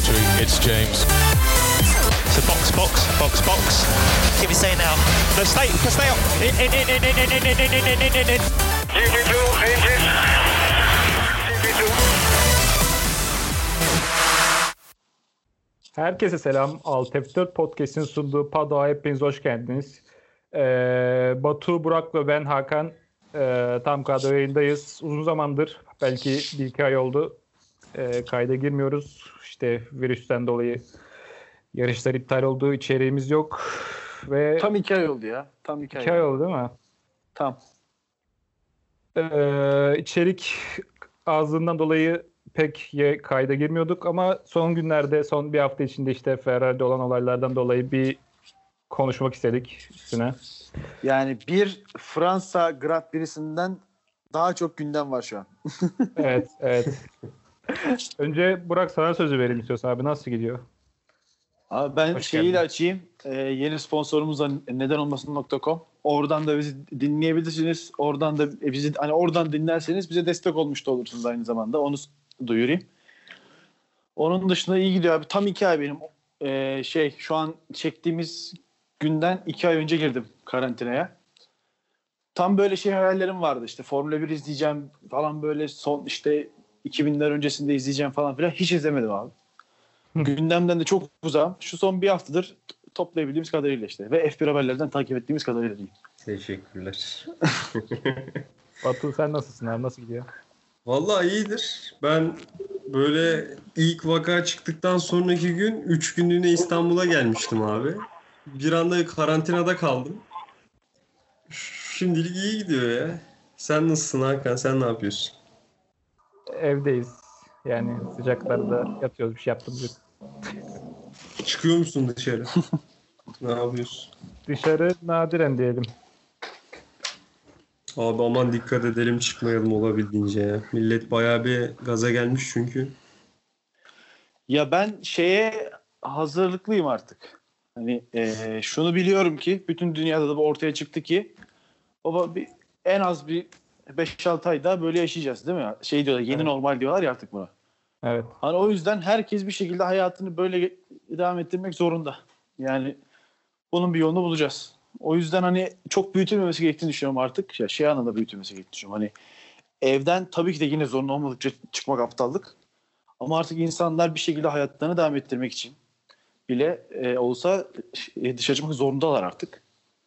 victory. It's James. So box. Give me say now. No, stay up. In. GP2, engine. GP2. Herkese selam. Alt F4 Podcast'in sunduğu Paddock'a hepiniz hoş geldiniz. Batu, Burak ve ben Hakan tam kadro yayındayız. Uzun zamandır, belki 1-2 ay oldu. Kayda girmiyoruz. İşte virüsten dolayı yarışlar iptal oldu. İçeriğimiz yok. Ve Tam 2 ay oldu ya. Tam 2 ay. 2 ay oldu değil mi? Tam. İçerik azlığından dolayı pek kayda girmiyorduk ama son günlerde, son bir hafta içinde işte Ferrari'de olan olaylardan dolayı bir konuşmak istedik üstüne. Yani bir Fransa Grand Prix'sinden daha çok gündem var şu an. Evet. Önce Burak, sana sözü vereyim istiyorsan abi. Nasıl gidiyor? Abi ben Hoş şeyiyle geldin. açayım. Yeni sponsorumuz da nedenolmasın.com. Oradan da bizi dinleyebilirsiniz. Oradan da bizi oradan dinlerseniz bize destek olmuş da olursunuz aynı zamanda. Onu duyurayım. Onun dışında iyi gidiyor abi. Tam 2 ay benim. Şu an çektiğimiz günden 2 ay önce girdim karantinaya. Tam böyle hayallerim vardı, işte Formula 1 izleyeceğim falan, böyle son işte 2000'ler öncesinde izleyeceğim falan filan. Hiç izlemedim abi. Gündemden de çok uzağım. Şu son bir haftadır toplayabildiğimiz kadarıyla işte. Ve F1 haberlerden takip ettiğimiz kadarıyla diyeyim. Teşekkürler. Batu, sen nasılsın abi? Nasıl gidiyor? Vallahi iyidir. Ben böyle ilk vaka çıktıktan sonraki gün 3 günlüğüne İstanbul'a gelmiştim abi. Bir anda karantinada kaldım. Şimdilik iyi gidiyor ya. Sen nasılsın Hakan? Sen ne yapıyorsun? Evdeyiz. Yani sıcaklarda yatıyoruz. Bir şey yaptığımız yok. Çıkıyor musun dışarı? Ne yapıyorsun? Dışarı nadiren diyelim. Abi aman dikkat edelim, çıkmayalım olabildiğince ya. Millet bayağı bir gaza gelmiş çünkü. Ya ben hazırlıklıyım artık. Hani şunu biliyorum ki bütün dünyada da bu ortaya çıktı ki en az bir 5-6 ay daha böyle yaşayacağız, değil mi? Diyorlar, yeni Evet. normal diyorlar ya artık buna. Evet. Hani o yüzden herkes bir şekilde hayatını böyle devam ettirmek zorunda. Yani bunun bir yolunu bulacağız. O yüzden hani çok büyütülmemesi gerektiğini düşünüyorum artık. Ya anlamda büyütülmesi gerektiğini düşünüyorum. Hani evden tabii ki de yine zorunlu olmadıkça çıkmak aptallık. Ama artık insanlar bir şekilde hayatlarını devam ettirmek için bile olsa dışarı çıkmak zorundalar artık.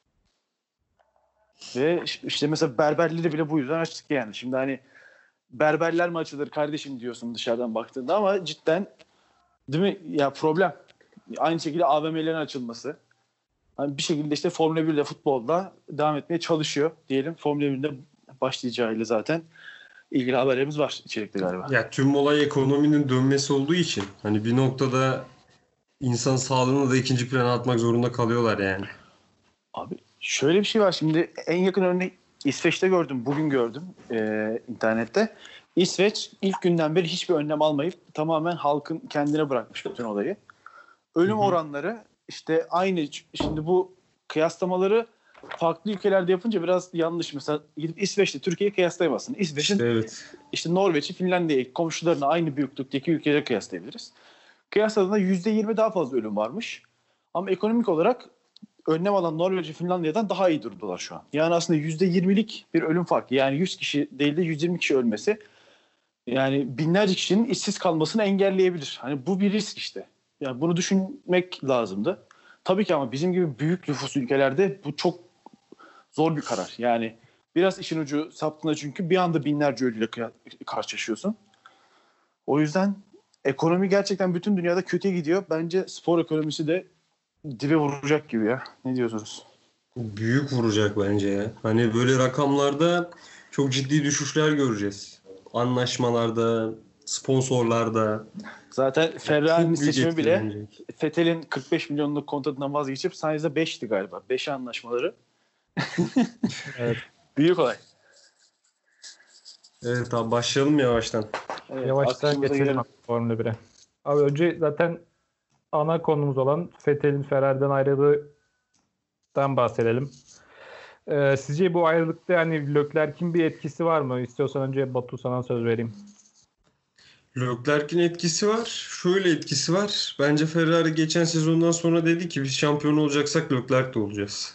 Ve işte mesela berberleri bile bu yüzden açtık yani. Şimdi hani berberler mi açılır kardeşim diyorsun dışarıdan baktığında, ama cidden, değil mi? Ya problem. Aynı şekilde AVM'lerin açılması. Hani bir şekilde işte Formula 1'de, futbolda devam etmeye çalışıyor diyelim. Formula 1'de başlayacağıyla zaten ilgili haberlerimiz var içerikte galiba. Ya tüm olay ekonominin dönmesi olduğu için hani bir noktada insan sağlığını da ikinci plana atmak zorunda kalıyorlar yani. Abi şöyle bir şey var, şimdi en yakın örnek İsveç'te gördüm, bugün gördüm internette. İsveç ilk günden beri hiçbir önlem almayıp tamamen halkın kendine bırakmış bütün olayı. Ölüm oranları işte aynı. Şimdi bu kıyaslamaları farklı ülkelerde yapınca biraz yanlış. Mesela gidip İsveç'te Türkiye'yi kıyaslayamazsın. İsveç'in Evet. işte Norveç'i, Finlandiya'yı, komşularına aynı büyüklükteki ülkeleri kıyaslayabiliriz. Kıyasladığında %20 daha fazla ölüm varmış. Ama ekonomik olarak önlem alan Norveç, Finlandiya'dan daha iyi durumdalar şu an. Yani aslında %20'lik bir ölüm farkı. Yani 100 kişi değil de 120 kişi ölmesi, yani binlerce kişinin işsiz kalmasını engelleyebilir. Hani bu bir risk işte. Yani bunu düşünmek lazımdı. Tabii ki, ama bizim gibi büyük nüfuslu ülkelerde bu çok zor bir karar. Yani biraz işin ucu saptığında, çünkü bir anda binlerce ölüyle karşılaşıyorsun. O yüzden ekonomi gerçekten bütün dünyada kötüye gidiyor. Bence spor ekonomisi de dibe vuracak gibi ya. Ne diyorsunuz? Büyük vuracak bence ya. Hani böyle rakamlarda çok ciddi düşüşler göreceğiz. Anlaşmalarda, sponsorlarda. Zaten Ferrari'nin Çok büyük seçimi bile etkilenecek. Vettel'in 45 milyonluk kontratından vazgeçip Sainz'e 5'ti galiba. 5'e anlaşmaları. Evet. Büyük olay. Evet abi, başlayalım yavaştan. Evet, Yavaştan akışımıza geçelim girelim. Formula 1'e. Abi önce zaten ana konumuz olan Vettel'in Ferrari'den ayrılığından bahsedelim. Sizce bu ayrılıkta yani Leclerc'in bir etkisi var mı? İstiyorsan önce Batu, sana söz vereyim. Leclerc'in etkisi var. Şöyle etkisi var. Bence Ferrari geçen sezondan sonra dedi ki biz şampiyon olacaksak Leclerc de olacağız.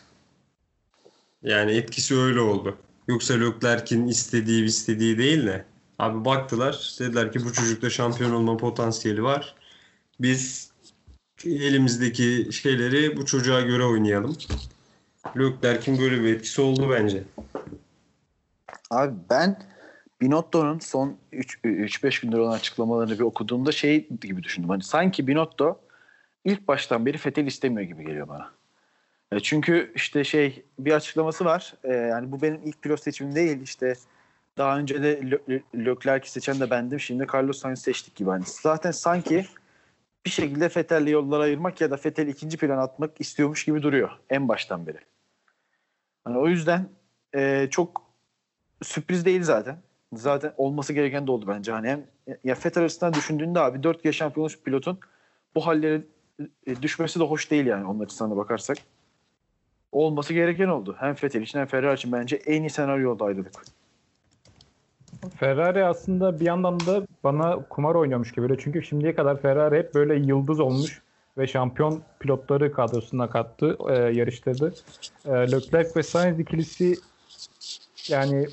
Yani etkisi öyle oldu. Yoksa Leclerc'in istediği değil de abi baktılar dediler ki bu çocukta şampiyon olma potansiyeli var. Biz elimizdeki şeyleri bu çocuğa göre oynayalım. Leclerc'in böyle bir etkisi oldu bence. Abi ben Binotto'nun son 3-5 gündür olan açıklamalarını bir okuduğumda şey gibi düşündüm. Hani sanki Binotto ilk baştan beri Vettel istemiyor gibi geliyor bana. Çünkü işte bir açıklaması var. Yani bu benim ilk pilot seçimim değil. İşte daha önce de Leclerc'i seçen de bendim. Şimdi Carlos Sainz seçtik gibi. Hani zaten sanki bir şekilde Vettel'le yolları ayırmak ya da Vettel'i ikinci plan atmak istiyormuş gibi duruyor en baştan beri. Hani o yüzden çok sürpriz değil zaten. Zaten olması gereken de oldu bence. Hani hem ya Vettel açısından düşündüğünde abi 4 kere şampiyon olmuş pilotun bu hallere düşmesi de hoş değil yani onun açısından da bakarsak. Olması gereken oldu. Hem Vettel için hem Ferrari için bence en iyi senaryo oldu ayrılık. Ferrari aslında bir yandan da bana kumar oynuyormuş gibi geliyor. Çünkü şimdiye kadar Ferrari hep böyle yıldız olmuş ve şampiyon pilotları kadrosuna kattı, yarıştırdı. Leclerc ve Sainz ikilisi yani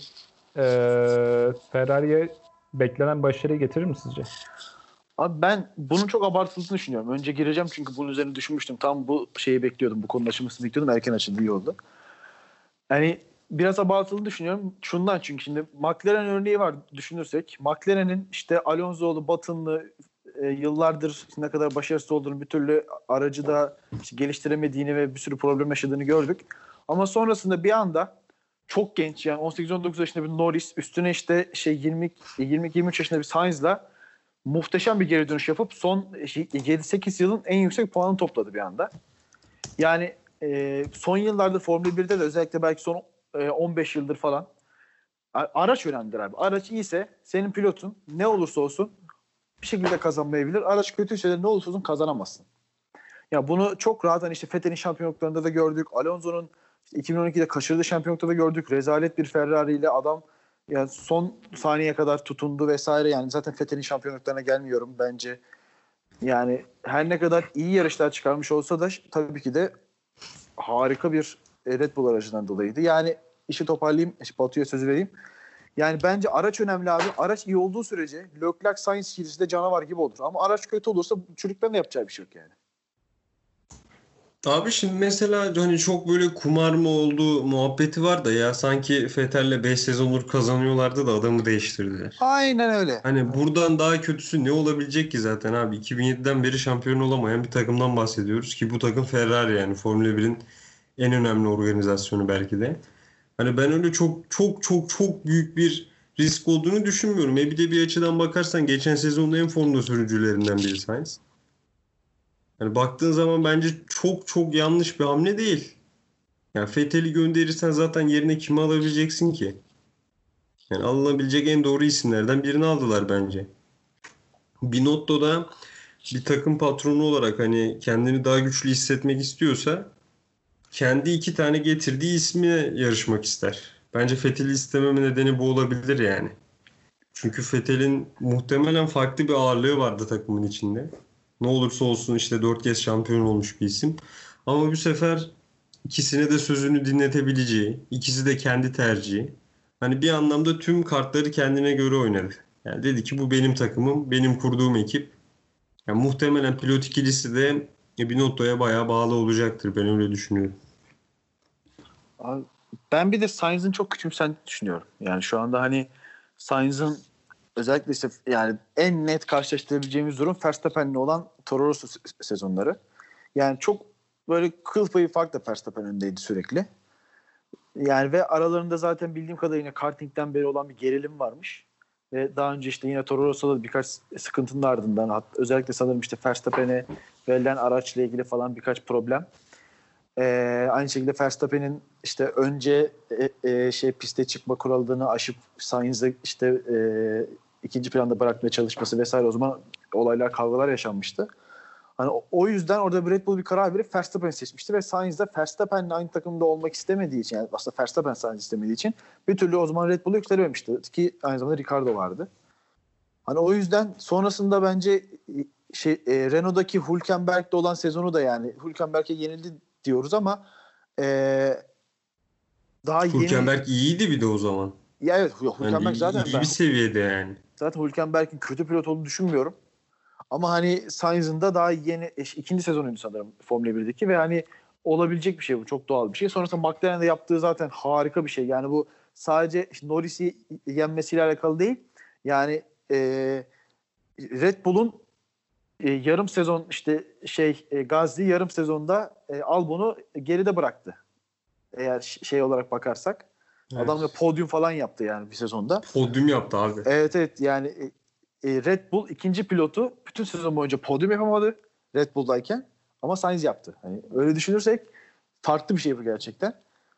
Ferrari'ye beklenen başarıyı getirir mi sizce? Abi ben bunun çok abartıldığını düşünüyorum. Önce gireceğim çünkü bunun üzerine düşünmüştüm. Tam bu şeyi bekliyordum. Bu konunun açılmasını bekliyordum. Erken açıldı. İyi oldu. Yani biraz abartıldığını düşünüyorum. Şundan çünkü şimdi McLaren örneği var düşünürsek. McLaren'in işte Alonso'lu, Button'lı yıllardır ne kadar başarısız olduğunu bir türlü aracı da işte geliştiremediğini ve bir sürü problem yaşadığını gördük. Ama sonrasında bir anda çok genç yani 18-19 yaşında bir Norris üstüne işte 22-23 yaşında bir Sainz'la muhteşem bir geri dönüş yapıp son 7-8 yılın en yüksek puanını topladı bir anda. Yani son yıllarda Formula 1'de de özellikle belki son 15 yıldır falan araç önemlidir abi. Araç iyiyse senin pilotun ne olursa olsun bir şekilde kazanmayabilir. Araç kötüyse de ne olursa olsun kazanamazsın. Ya bunu çok rahat işte Vettel'in şampiyonluklarında da gördük. Alonso'nun işte 2012'de kaçırdığı şampiyonlukta da gördük. Rezalet bir Ferrari ile adam yani son saniyeye kadar tutundu vesaire. Yani zaten Vettel'in şampiyonluklarına gelmiyorum bence. Yani her ne kadar iyi yarışlar çıkarmış olsa da tabii ki de harika bir Red Bull aracından dolayıydı. Yani işi toparlayayım, Batu'ya sözü vereyim. Yani bence araç önemli abi. Araç iyi olduğu sürece Leclerc Sainz ikilisi de canavar gibi olur. Ama araç kötü olursa çocukların da yapacağı bir şey yok yani. Abi şimdi mesela hani çok böyle kumar mı oldu muhabbeti var da ya sanki Vettel'le 5 sezondur kazanıyorlardı da adamı değiştirdiler. Aynen öyle. Hani buradan daha kötüsü ne olabilecek ki zaten abi? 2007'den beri şampiyon olamayan bir takımdan bahsediyoruz ki bu takım Ferrari yani Formula 1'in en önemli organizasyonu belki de. Hani ben öyle çok büyük bir risk olduğunu düşünmüyorum. Bir de bir açıdan bakarsan geçen sezonun en formda sürücülerinden biri Sainz. Yani baktığın zaman bence çok yanlış bir hamle değil. Yani Vettel'i gönderirsen zaten yerine kimi alabileceksin ki? Yani alınabilecek en doğru isimlerden birini aldılar bence. Binotto da bir takım patronu olarak hani kendini daha güçlü hissetmek istiyorsa kendi 2 tane getirdiği ismine yarışmak ister. Bence Vettel'i istememe nedeni bu olabilir yani. Çünkü Vettel'in muhtemelen farklı bir ağırlığı vardı takımın içinde. Ne olursa olsun işte 4 kez şampiyon olmuş bir isim. Ama bu sefer ikisine de sözünü dinletebileceği, ikisi de kendi tercihi. Hani bir anlamda tüm kartları kendine göre oynadı. Yani dedi ki bu benim takımım, benim kurduğum ekip. Yani muhtemelen pilot ikilisi de Binotto'ya bayağı bağlı olacaktır. Ben öyle düşünüyorum. Abi, ben bir de Sainz'ın çok küçümsendiğini düşünüyorum. Yani şu anda hani Sainz'ın özellikle işte yani en net karşılaştırabileceğimiz durum Verstappen'le olan Toro Rosso sezonları. Yani çok böyle kıl payı farkla Verstappen öndeydi sürekli. Yani ve aralarında zaten bildiğim kadarıyla kartingden beri olan bir gerilim varmış. Ve daha önce işte yine Toro Rosso'da birkaç sıkıntının ardından özellikle sanırım işte Verstappen'e verilen araçla ilgili falan birkaç problem. Aynı şekilde Verstappen'in işte önce piste çıkma kuralını aşıp Sainz'ı işte ikinci planda bırakmaya çalışması vesaire o zaman olaylar, kavgalar yaşanmıştı. Hani o yüzden orada Red Bull bir karar verip Verstappen'i seçmişti ve Sainz de Verstappen'le aynı takımda olmak istemediği için yani aslında Verstappen Sainz istemediği için bir türlü o zaman Red Bull'u yükselmemişti ki aynı zamanda Ricardo vardı. Hani o yüzden sonrasında bence Renault'daki Hülkenberg'de olan sezonu da yani Hülkenberg'e yenildi diyoruz ama daha yeni. Hülkenberg iyiydi bir de o zaman. Ya evet, Hülkenberg Yani zaten iyi bir seviyede yani. zaten Hülkenberg'in kötü pilot olduğunu düşünmüyorum. Ama hani Sainz'ın da daha yeni ikinci sezonuydu sanırım Formula 1'deki ve hani olabilecek bir şey bu. Çok doğal bir şey. Sonrasında McLaren'de yaptığı zaten harika bir şey. Yani bu sadece Norris'i yenmesiyle alakalı değil. Yani Red Bull'un yarım sezon Gasly yarım sezonda Albon'u geride bıraktı. Eğer olarak bakarsak. Evet. Adam da podyum falan yaptı yani bir sezonda. Podyum yaptı abi. Evet yani Red Bull ikinci pilotu bütün sezon boyunca podyum yapamadı Red Bull'dayken ama Sainz yaptı. Hani öyle düşünürsek farklı bir şey bu gerçekten.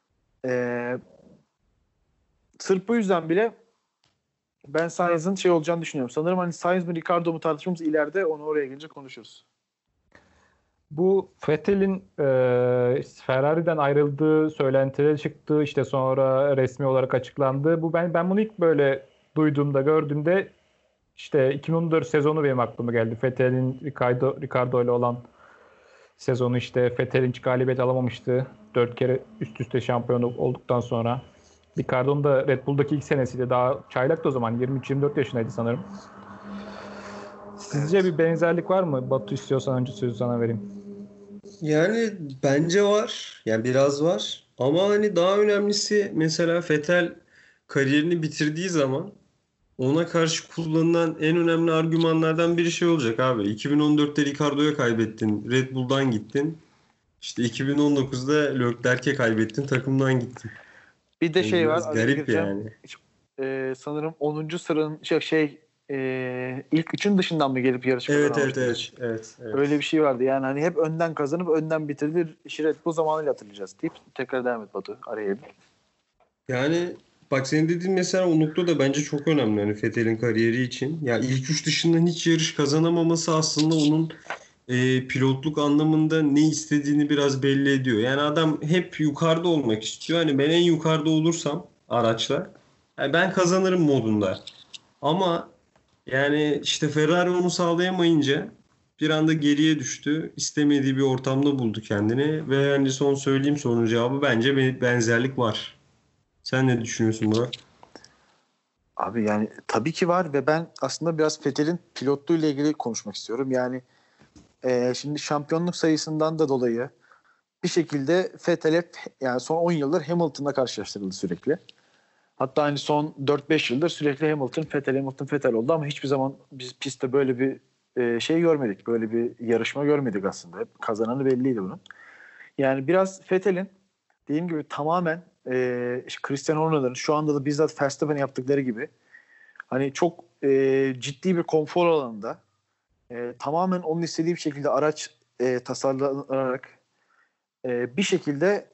Sırf bu yüzden bile ben Sainz'ın olacağını düşünüyorum. Sanırım hani Sainz mi Ricardo mu tartışmamız ileride, onu oraya gelince konuşuruz. Bu Vettel'in Ferrari'den ayrıldığı söylentileri çıktı. İşte sonra resmi olarak açıklandı. Ben bunu ilk böyle duyduğumda, gördüğümde işte 2014 sezonu benim aklıma geldi. Vettel'in Ricardo ile olan sezonu, işte Vettel'in hiç galibiyet alamamıştı. 4 kere üst üste şampiyon olduktan sonra. Ricardo'nun da Red Bull'daki ilk senesiydi. Daha çaylaktı o zaman. 23-24 yaşındaydı sanırım. Sizce bir benzerlik var mı? Batu, istiyorsan önce sözü sana vereyim. Yani bence var. Yani biraz var. Ama hani daha önemlisi mesela Vettel kariyerini bitirdiği zaman ona karşı kullanılan en önemli argümanlardan biri şey olacak abi. 2014'te Ricardo'ya kaybettin. Red Bull'dan gittin. İşte 2019'da Leclerc'e kaybettin. Takımdan gittin. Bir de Yani var. biraz garip yani. Sanırım 10. sıranın ilk üçün dışından mı gelip yarışı Evet. Öyle bir şey vardı. Yani hani hep önden kazanıp önden bitirdi. Red Bull zamanıyla hatırlayacağız deyip tekrar devam et Batu. Araya bir. Yani bak senin dediğin mesela o nokta da bence çok önemli hani Vettel'in kariyeri için. Ya ilk üç dışından hiç yarış kazanamaması aslında onun pilotluk anlamında ne istediğini biraz belli ediyor. Yani adam hep yukarıda olmak istiyor. Hani ben en yukarıda olursam araçla yani ben kazanırım modunda. Ama yani işte Ferrari onu sağlayamayınca bir anda geriye düştü. İstemediği bir ortamda buldu kendini ve yani son söyleyeyim sorunun cevabı bence bir benzerlik var. Sen ne düşünüyorsun Burak? Abi yani tabii ki var ve ben aslında biraz Vettel'in pilotluğu ile ilgili konuşmak istiyorum. Yani şimdi şampiyonluk sayısından da dolayı bir şekilde Vettel hep yani son 10 yıldır Hamilton'la karşılaştırıldı sürekli. Hatta hani son 4-5 yıldır sürekli Hamilton oldu ama hiçbir zaman biz pistte böyle bir şey görmedik. Böyle bir yarışma görmedik aslında. Hep kazananı belliydi bunun. Yani biraz Vettel'in dediğim gibi tamamen Cristiano Ronaldo'nun şu anda da bizzat Verstappen'e yaptıkları gibi hani çok ciddi bir konfor alanında tamamen onun istediği bir şekilde araç tasarlanarak bir şekilde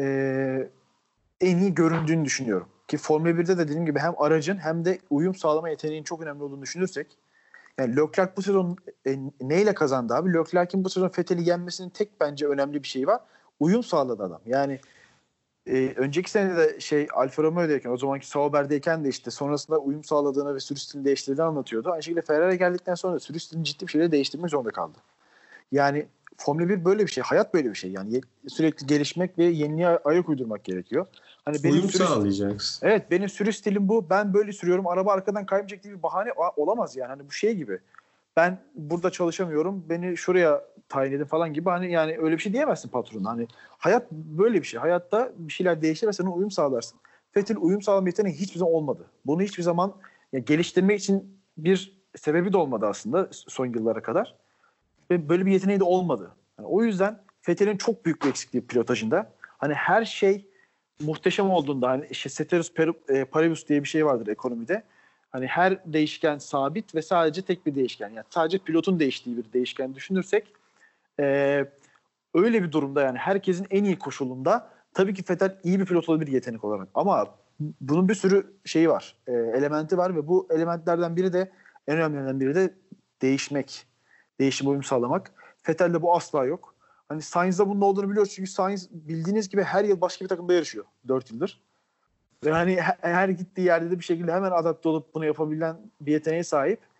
en iyi göründüğünü düşünüyorum. Ki Formula 1'de de dediğim gibi hem aracın hem de uyum sağlama yeteneğinin çok önemli olduğunu düşünürsek yani Leclerc bu sezon neyle kazandı abi? Leclerc'in bu sezon Vettel'i yenmesinin tek bence önemli bir şeyi var. Uyum sağladı adam. Yani önceki sene de Alfa Romeo'dayken o zamanki Sauber'deyken de işte sonrasında uyum sağladığını ve sürüş stilini değiştirdiğini anlatıyordu. Aynı şekilde Ferrari'ye geldikten sonra da sürüş stilini ciddi bir şekilde değiştirmek zorunda kaldı. Yani Formula 1 böyle bir şey. Hayat böyle bir şey. Yani sürekli gelişmek ve yeniliğe ayak uydurmak gerekiyor. Hani Uyum sağlayacaksın. Evet, benim sürüş stilim bu. Ben böyle sürüyorum. Araba arkadan kaymayacak diye bir bahane olamaz yani. Hani bu şey gibi. Ben burada çalışamıyorum. Beni şuraya tayin edin falan gibi. Hani yani öyle bir şey diyemezsin patrona. Hani hayat böyle bir şey. Hayatta bir şeyler değişir ve sen uyum sağlarsın. Vettel uyum sağlama yeteneği hiçbir zaman olmadı. Bunu hiçbir zaman geliştirmek için bir sebebi de olmadı aslında son yıllara kadar. Ve böyle bir yeteneği de olmadı. Yani o yüzden Vettel'in çok büyük bir eksikliği pilotajında. Hani her şey muhteşem olduğunda hani ceteris paribus diye bir şey vardır ekonomide. Hani her değişken sabit ve sadece tek bir değişken. Yani sadece pilotun değiştiği bir değişken düşünürsek öyle bir durumda yani herkesin en iyi koşulunda tabii ki Vettel iyi bir pilot olabilir yetenek olarak. Ama bunun bir sürü şeyi var. Elementi var ve bu elementlerden biri de en önemlilerinden biri de değişmek. Değişim uyum sağlamak. Vettel'de bu asla yok. Hani Sainz'da bunun olduğunu biliyoruz çünkü Sainz bildiğiniz gibi her yıl başka bir takımda yarışıyor 4 yıldır. Ve hani her gittiği yerde de bir şekilde hemen adapte olup bunu yapabilen bir yeteneğe sahip.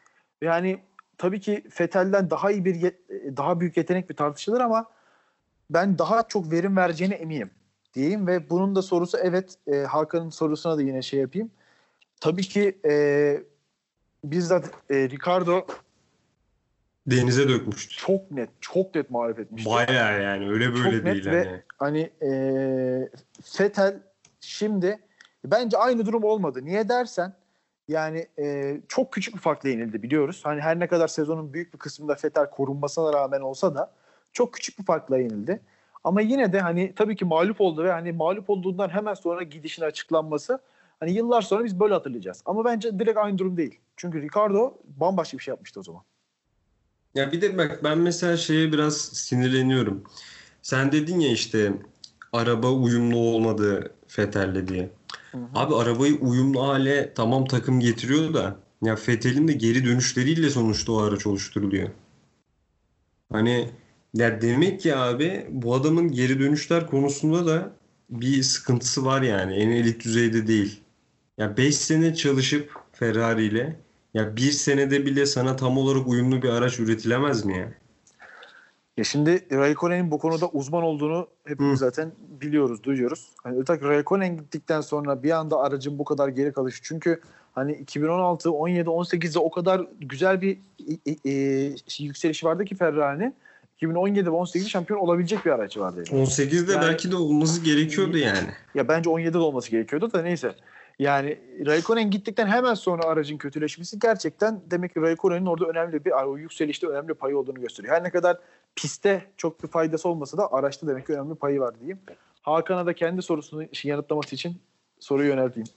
Yani tabii ki Vettel'den daha büyük yetenek bir tartışılır ama ben daha çok verim vereceğine eminim diyeyim ve bunun da sorusu evet, Hakan'ın sorusuna da yine şey yapayım. Tabii ki bizzat Ricardo Denize dökmüştü. çok net mağlup etmişti. Bayağı yani öyle böyle çok değil net ve hani Vettel şimdi bence aynı durum olmadı. Niye dersen yani çok küçük bir farkla yenildi biliyoruz. Hani her ne kadar sezonun büyük bir kısmında Vettel korunmasına rağmen olsa da çok küçük bir farkla yenildi. Ama yine de hani tabii ki mağlup oldu ve hani mağlup olduğundan hemen sonra gidişin açıklanması hani yıllar sonra biz böyle hatırlayacağız. Ama bence direkt aynı durum değil. Çünkü Ricardo bambaşka bir şey yapmıştı o zaman. Ya bir de bak ben mesela şeye biraz sinirleniyorum. Sen dedin ya işte araba uyumlu olmadı Vettel'le diye. Hı hı. Abi arabayı uyumlu hale tamam takım getiriyor da ya Vettel'in de geri dönüşleriyle sonuçta o araç oluşturuluyor. Hani ya demek ki abi bu adamın geri dönüşler konusunda da bir sıkıntısı var yani. En elit düzeyde değil. Ya 5 sene çalışıp Ferrari ile ya bir senede bile sana tam olarak uyumlu bir araç üretilemez mi ya? Ya şimdi Raikkonen'in bu konuda uzman olduğunu hepimiz zaten biliyoruz, duyuyoruz. Hani özellikle Raikkonen gittikten sonra bir anda aracın bu kadar geri kalışı. Çünkü hani 2016, 17, 18'de o kadar güzel bir yükselişi vardı ki Ferrari'nin. 2017 ve 18'de şampiyon olabilecek bir aracı vardı. Yani. 18'de Yani- belki de olması gerekiyordu yani. Ya bence 17'de olması gerekiyordu da neyse. Yani Raikkonen gittikten hemen sonra aracın kötüleşmesi gerçekten demek ki Raikkonen'in orada önemli o yükselişte önemli payı olduğunu gösteriyor. Her ne kadar pistte çok bir faydası olmasa da araçta demek ki önemli payı var diyeyim. Hakan'a da kendi sorusunu yanıtlaması için soruyu yönelteyim.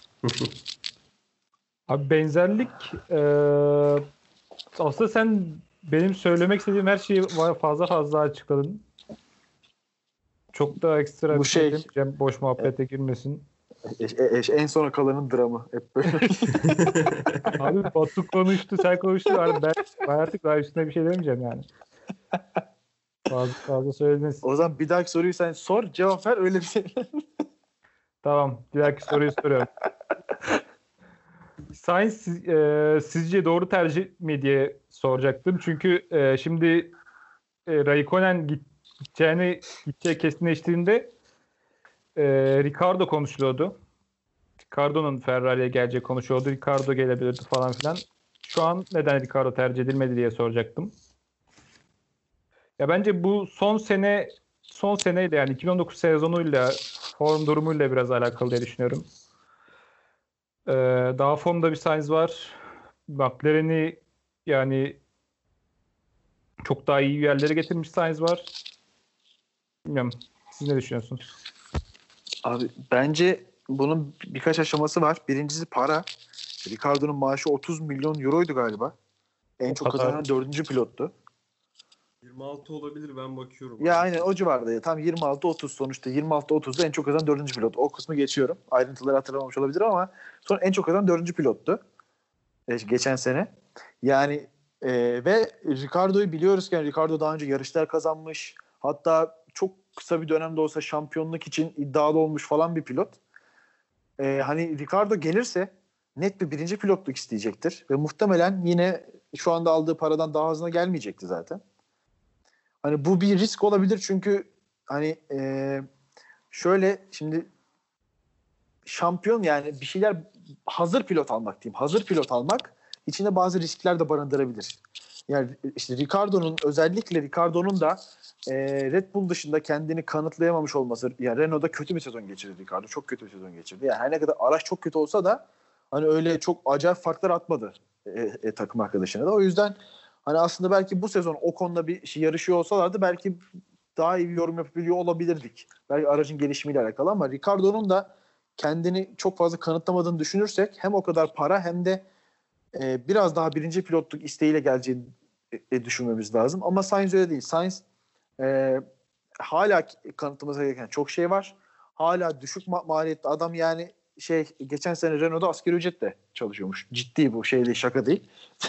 Abi benzerlik aslında sen benim söylemek istediğim her şeyi fazla açıkladın. Çok da ekstra Bu bir şey şey- demeyeceğim. Boş muhabbete girmesin. En sona kalanın dramı. Hep böyle. Abi Batu konuştu, sen konuştun. Abi ben artık daha üstüne bir şey demeyeceğim yani. Fazla söylediniz. O zaman bir dahaki soruyu sen sor, cevap ver, öyle bir şey. Tamam. Bir dahaki soruyu soruyorum. Sainz sizce doğru tercih mi diye soracaktım. Çünkü şimdi Raikkonen gideceği kesinleştiğinde Ricardo konuşuluyordu. Ricardo'nun Ferrari'ye geleceği konuşuyordu. Ricardo gelebilirdi falan filan. Şu an neden Ricardo tercih edilmedi diye soracaktım. Ya bence bu son seneyle yani 2019 sezonuyla form durumuyla biraz alakalı diye düşünüyorum. Daha formda bir Sainz var. McLaren'i yani çok daha iyi yerlere getirmiş Sainz var. Bilmiyorum. Siz ne düşünüyorsunuz? Abi bence bunun birkaç aşaması var. Birincisi para. Ricardo'nun maaşı 30 milyon euroydu galiba. En çok kadar. kazanan 4. pilottu. 26 olabilir ben bakıyorum. Ya aynen o civarda. Tam 26-30 sonuçta. 26-30'da en çok kazanan 4. pilot. O kısmı geçiyorum. Ayrıntıları hatırlamamış olabilir ama sonra en çok kazanan 4. pilottu. Geçen sene. Yani ve Ricardo'yu biliyoruz ki Ricardo daha önce yarışlar kazanmış. Hatta çok kısa bir dönemde olsa şampiyonluk için iddialı olmuş falan bir pilot. Hani Ricardo gelirse net bir birinci pilotluk isteyecektir. Ve muhtemelen yine şu anda aldığı paradan daha azına gelmeyecekti zaten. Hani bu bir risk olabilir çünkü hani şöyle şimdi şampiyon yani bir şeyler hazır pilot almak diyeyim. Hazır pilot almak içinde bazı riskler de barındırabilir. Yani işte özellikle Ricardo'nun da Red Bull dışında kendini kanıtlayamamış olması. Yani Renault'da kötü bir sezon geçirdi Ricardo. Çok kötü bir sezon geçirdi. Yani her ne kadar araç çok kötü olsa da hani öyle çok acayip farklar atmadı takım arkadaşına da. O yüzden hani aslında belki bu sezon o konuda bir şey yarışıyor olsalardı belki daha iyi bir yorum yapabiliyor olabilirdik. Belki aracın gelişimiyle alakalı ama Ricardo'nun da kendini çok fazla kanıtlamadığını düşünürsek hem o kadar para hem de biraz daha birinci pilotluk isteğiyle geleceğini düşünmemiz lazım. Ama Sainz öyle değil. Sainz hala kanıtlaması gereken çok şey var. Hala düşük maliyetli adam yani geçen sene Renault'da asgari ücretle çalışıyormuş. Ciddi bu şey değil, şaka değil.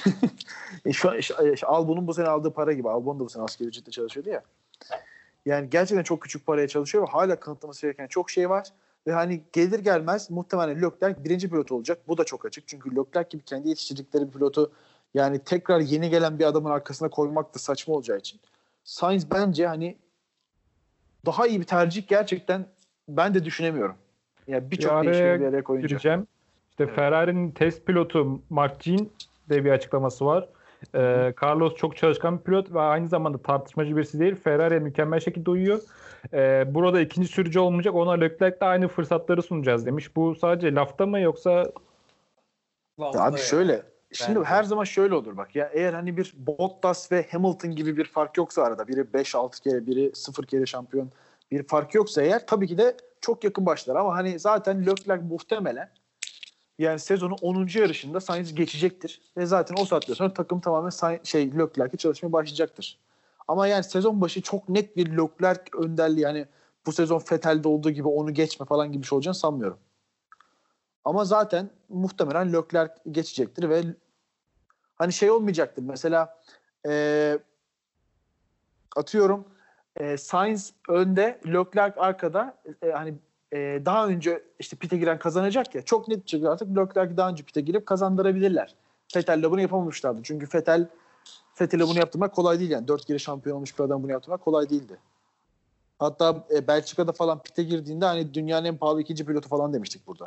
Albon'un bu sene aldığı para gibi. Albon da bu sene asgari ücretle çalışıyordu ya. Yani gerçekten çok küçük paraya çalışıyor ve hala kanıtlaması gereken çok şey var. Ve hani gelir gelmez muhtemelen Leclerc birinci pilot olacak. Bu da çok açık. Çünkü Leclerc gibi kendi yetiştirdikleri bir pilotu Yani tekrar yeni gelen bir adamın arkasına koymak da saçma olacağı için. Sainz bence hani daha iyi bir tercih gerçekten ben de düşünemiyorum. Yani birçok değişkeni bir araya koyunca. Gireceğim. İşte Evet. Ferrari'nin test pilotu Mark Jean de bir açıklaması var. Carlos çok çalışkan bir pilot ve aynı zamanda tartışmacı birisi değil. Ferrari'ye mükemmel şekilde uyuyor. Burada ikinci sürücü olmayacak. Ona Leclerc'le aynı fırsatları sunacağız demiş. Bu sadece lafta mı yoksa Ya abi şöyle. Şimdi her zaman şöyle olur bak. Ya eğer hani bir Bottas ve Hamilton gibi bir fark yoksa arada, biri 5-6 kere, biri 0 kere şampiyon, bir fark yoksa eğer, tabii ki de çok yakın başlar. Ama hani zaten Leclerc muhtemelen yani sezonun 10. yarışında Sainz geçecektir. Ve zaten o saatten sonra takım tamamen Leclerc'e çalışmaya başlayacaktır. Ama yani sezon başı çok net bir Leclerc önderliği, yani bu sezon Vettel'de olduğu gibi onu geçme falan gibi bir şey olacağını sanmıyorum. Ama zaten muhtemelen Leclerc geçecektir ve hani şey olmayacaktır. Mesela atıyorum Sainz önde, Leclerc arkada, hani daha önce işte pite giren kazanacak ya. Çok net bir şekilde artık Leclerc'i daha önce pite girip kazandırabilirler. Vettel'le bunu yapamamışlardı. Çünkü Vettel'le bunu yaptırmak kolay değil yani. 4 kere şampiyon olmuş bir adam bunu yaptırmak kolay değildi. Hatta Belçika'da falan pite girdiğinde hani dünyanın en pahalı ikinci pilotu falan demiştik burada.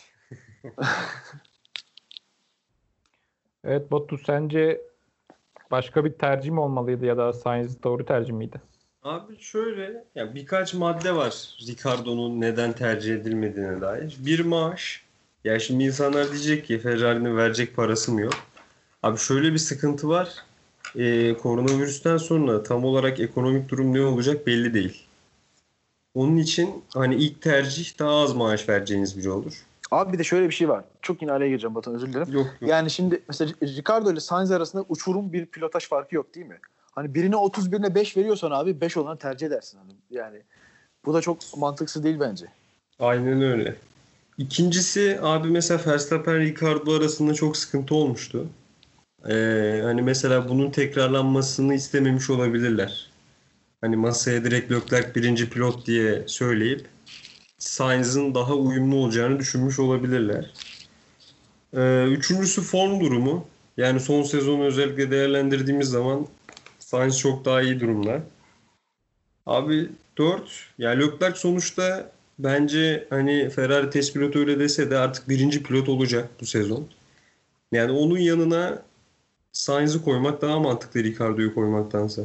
evet Batu, sence başka bir tercih mi olmalıydı ya da Sainz doğru tercih miydi? Abi şöyle, ya birkaç madde var Ricardo'nun neden tercih edilmediğine dair. Bir, maaş. Ya şimdi insanlar diyecek ki Ferrari'nin verecek parası mı yok? Abi şöyle bir sıkıntı var. Koronavirüsten sonra tam olarak ekonomik durum ne olacak belli değil. Onun için hani ilk tercih daha az maaş vereceğiniz biri olur. Abi bir de şöyle bir şey var. Çok yine araya gireceğim Batuhan, özür dilerim. Yok. Yani şimdi mesela Ricardo ile Sainz arasında uçurum bir pilotaj farkı yok değil mi? Hani birine 30, birine 5 veriyorsan abi 5 olanı tercih edersin. Hani yani bu da çok mantıksız değil bence. Aynen öyle. İkincisi abi, mesela Verstappen Ricardo arasında çok sıkıntı olmuştu. Hani mesela bunun tekrarlanmasını istememiş olabilirler. Hani masaya direkt Leclerc birinci pilot diye söyleyip Sainz'ın daha uyumlu olacağını düşünmüş olabilirler. Üçüncüsü form durumu. Yani son sezonu özellikle değerlendirdiğimiz zaman Sainz çok daha iyi durumda. Abi 4. Yani Leclerc sonuçta bence hani Ferrari test pilotu öyle dese de artık birinci pilot olacak bu sezon. Yani onun yanına Sainz'i koymak daha mantıklı Ricardo'yu koymaktansa.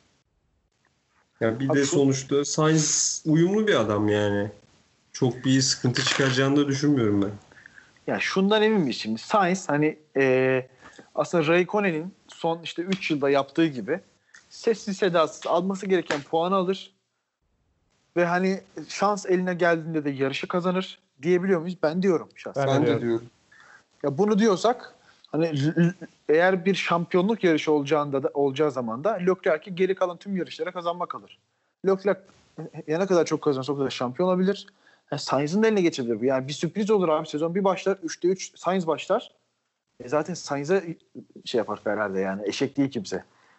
Yani bir Abi de sonuçta Sainz uyumlu bir adam yani. Çok bir sıkıntı çıkaracağını da düşünmüyorum ben. Ya şundan emin miyiz şimdi? Sainz hani aslında Raikkonen'in son işte 3 yılda yaptığı gibi sessiz sedasız alması gereken puanı alır ve hani şans eline geldiğinde de yarışı kazanır diyebiliyor muyuz? Ben diyorum şahsen. Ben de diyorum. Ya bunu diyorsak hani eğer bir şampiyonluk yarışı olacağı zaman da Leclerc'i geri kalan tüm yarışlara kazanmak kalır. Leclerc ya ne kadar çok kazanırsa o kadar şampiyon olabilir. Yani Sainz'in de eline geçebilir bu. Yani bir sürpriz olur abi. Sezon bir başlar. 3'te 3 Sainz başlar. Zaten Sainz'e şey yapar Ferrari'de yani. Eşek değil kimse.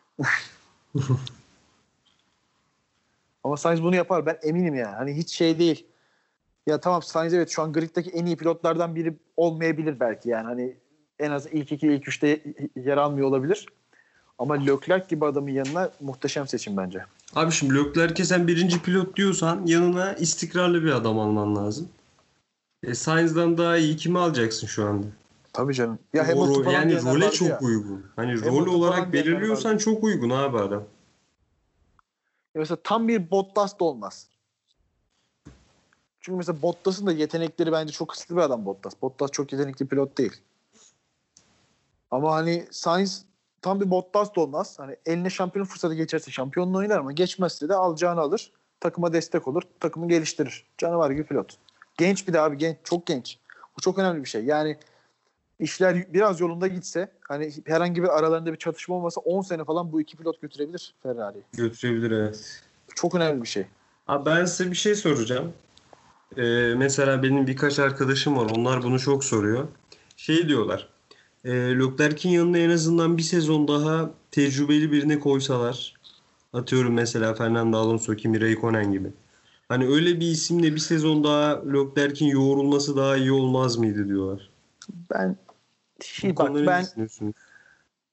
Ama Sainz bunu yapar. Ben eminim yani. Hani hiç şey değil. Ya tamam, Sainz evet şu an griddeki en iyi pilotlardan biri olmayabilir belki yani. Hani en az ilk 2, ilk 3'te yer almıyor olabilir. Ama Leclerc gibi adamın yanına muhteşem seçim bence. Abi şimdi Leclerc'e sen birinci pilot diyorsan yanına istikrarlı bir adam alman lazım. Sainz'dan daha iyi kimi alacaksın şu anda? Tabii canım. Ya Hamilton falan Yani diyenler role vardı çok ya. uygun. Hani Hamilton rol falan olarak diyenler belirliyorsan vardı. çok uygun abi adam. Ya mesela tam bir Bottas da olmaz. Çünkü mesela Bottas'ın da yetenekleri bence çok kısıtlı bir adam Bottas. Bottas çok yetenekli pilot değil. Ama hani Sainz tam bir Bottas da olmaz. Hani eline şampiyon fırsatı geçerse şampiyonluğu oynar ama geçmezse de alacağını alır. Takıma destek olur. Takımı geliştirir. Canavar gibi pilot. Genç bir de abi, genç. Çok genç. Bu çok önemli bir şey. Yani işler biraz yolunda gitse, hani herhangi bir aralarında bir çatışma olmasa 10 sene falan bu iki pilot götürebilir Ferrari'yi. Götürebilir, evet. Çok önemli bir şey. Abi ben size bir şey soracağım. Mesela benim birkaç arkadaşım var. Onlar bunu çok soruyor. Şey diyorlar. Leclerc'in yanına en azından bir sezon daha tecrübeli birine koysalar. Atıyorum mesela Fernando Alonso, Kimi Räikkönen gibi. Hani öyle bir isimle bir sezon daha Leclerc'in yoğrulması daha iyi olmaz mıydı diyorlar. Ben Bu konuda ne düşünüyorsunuz?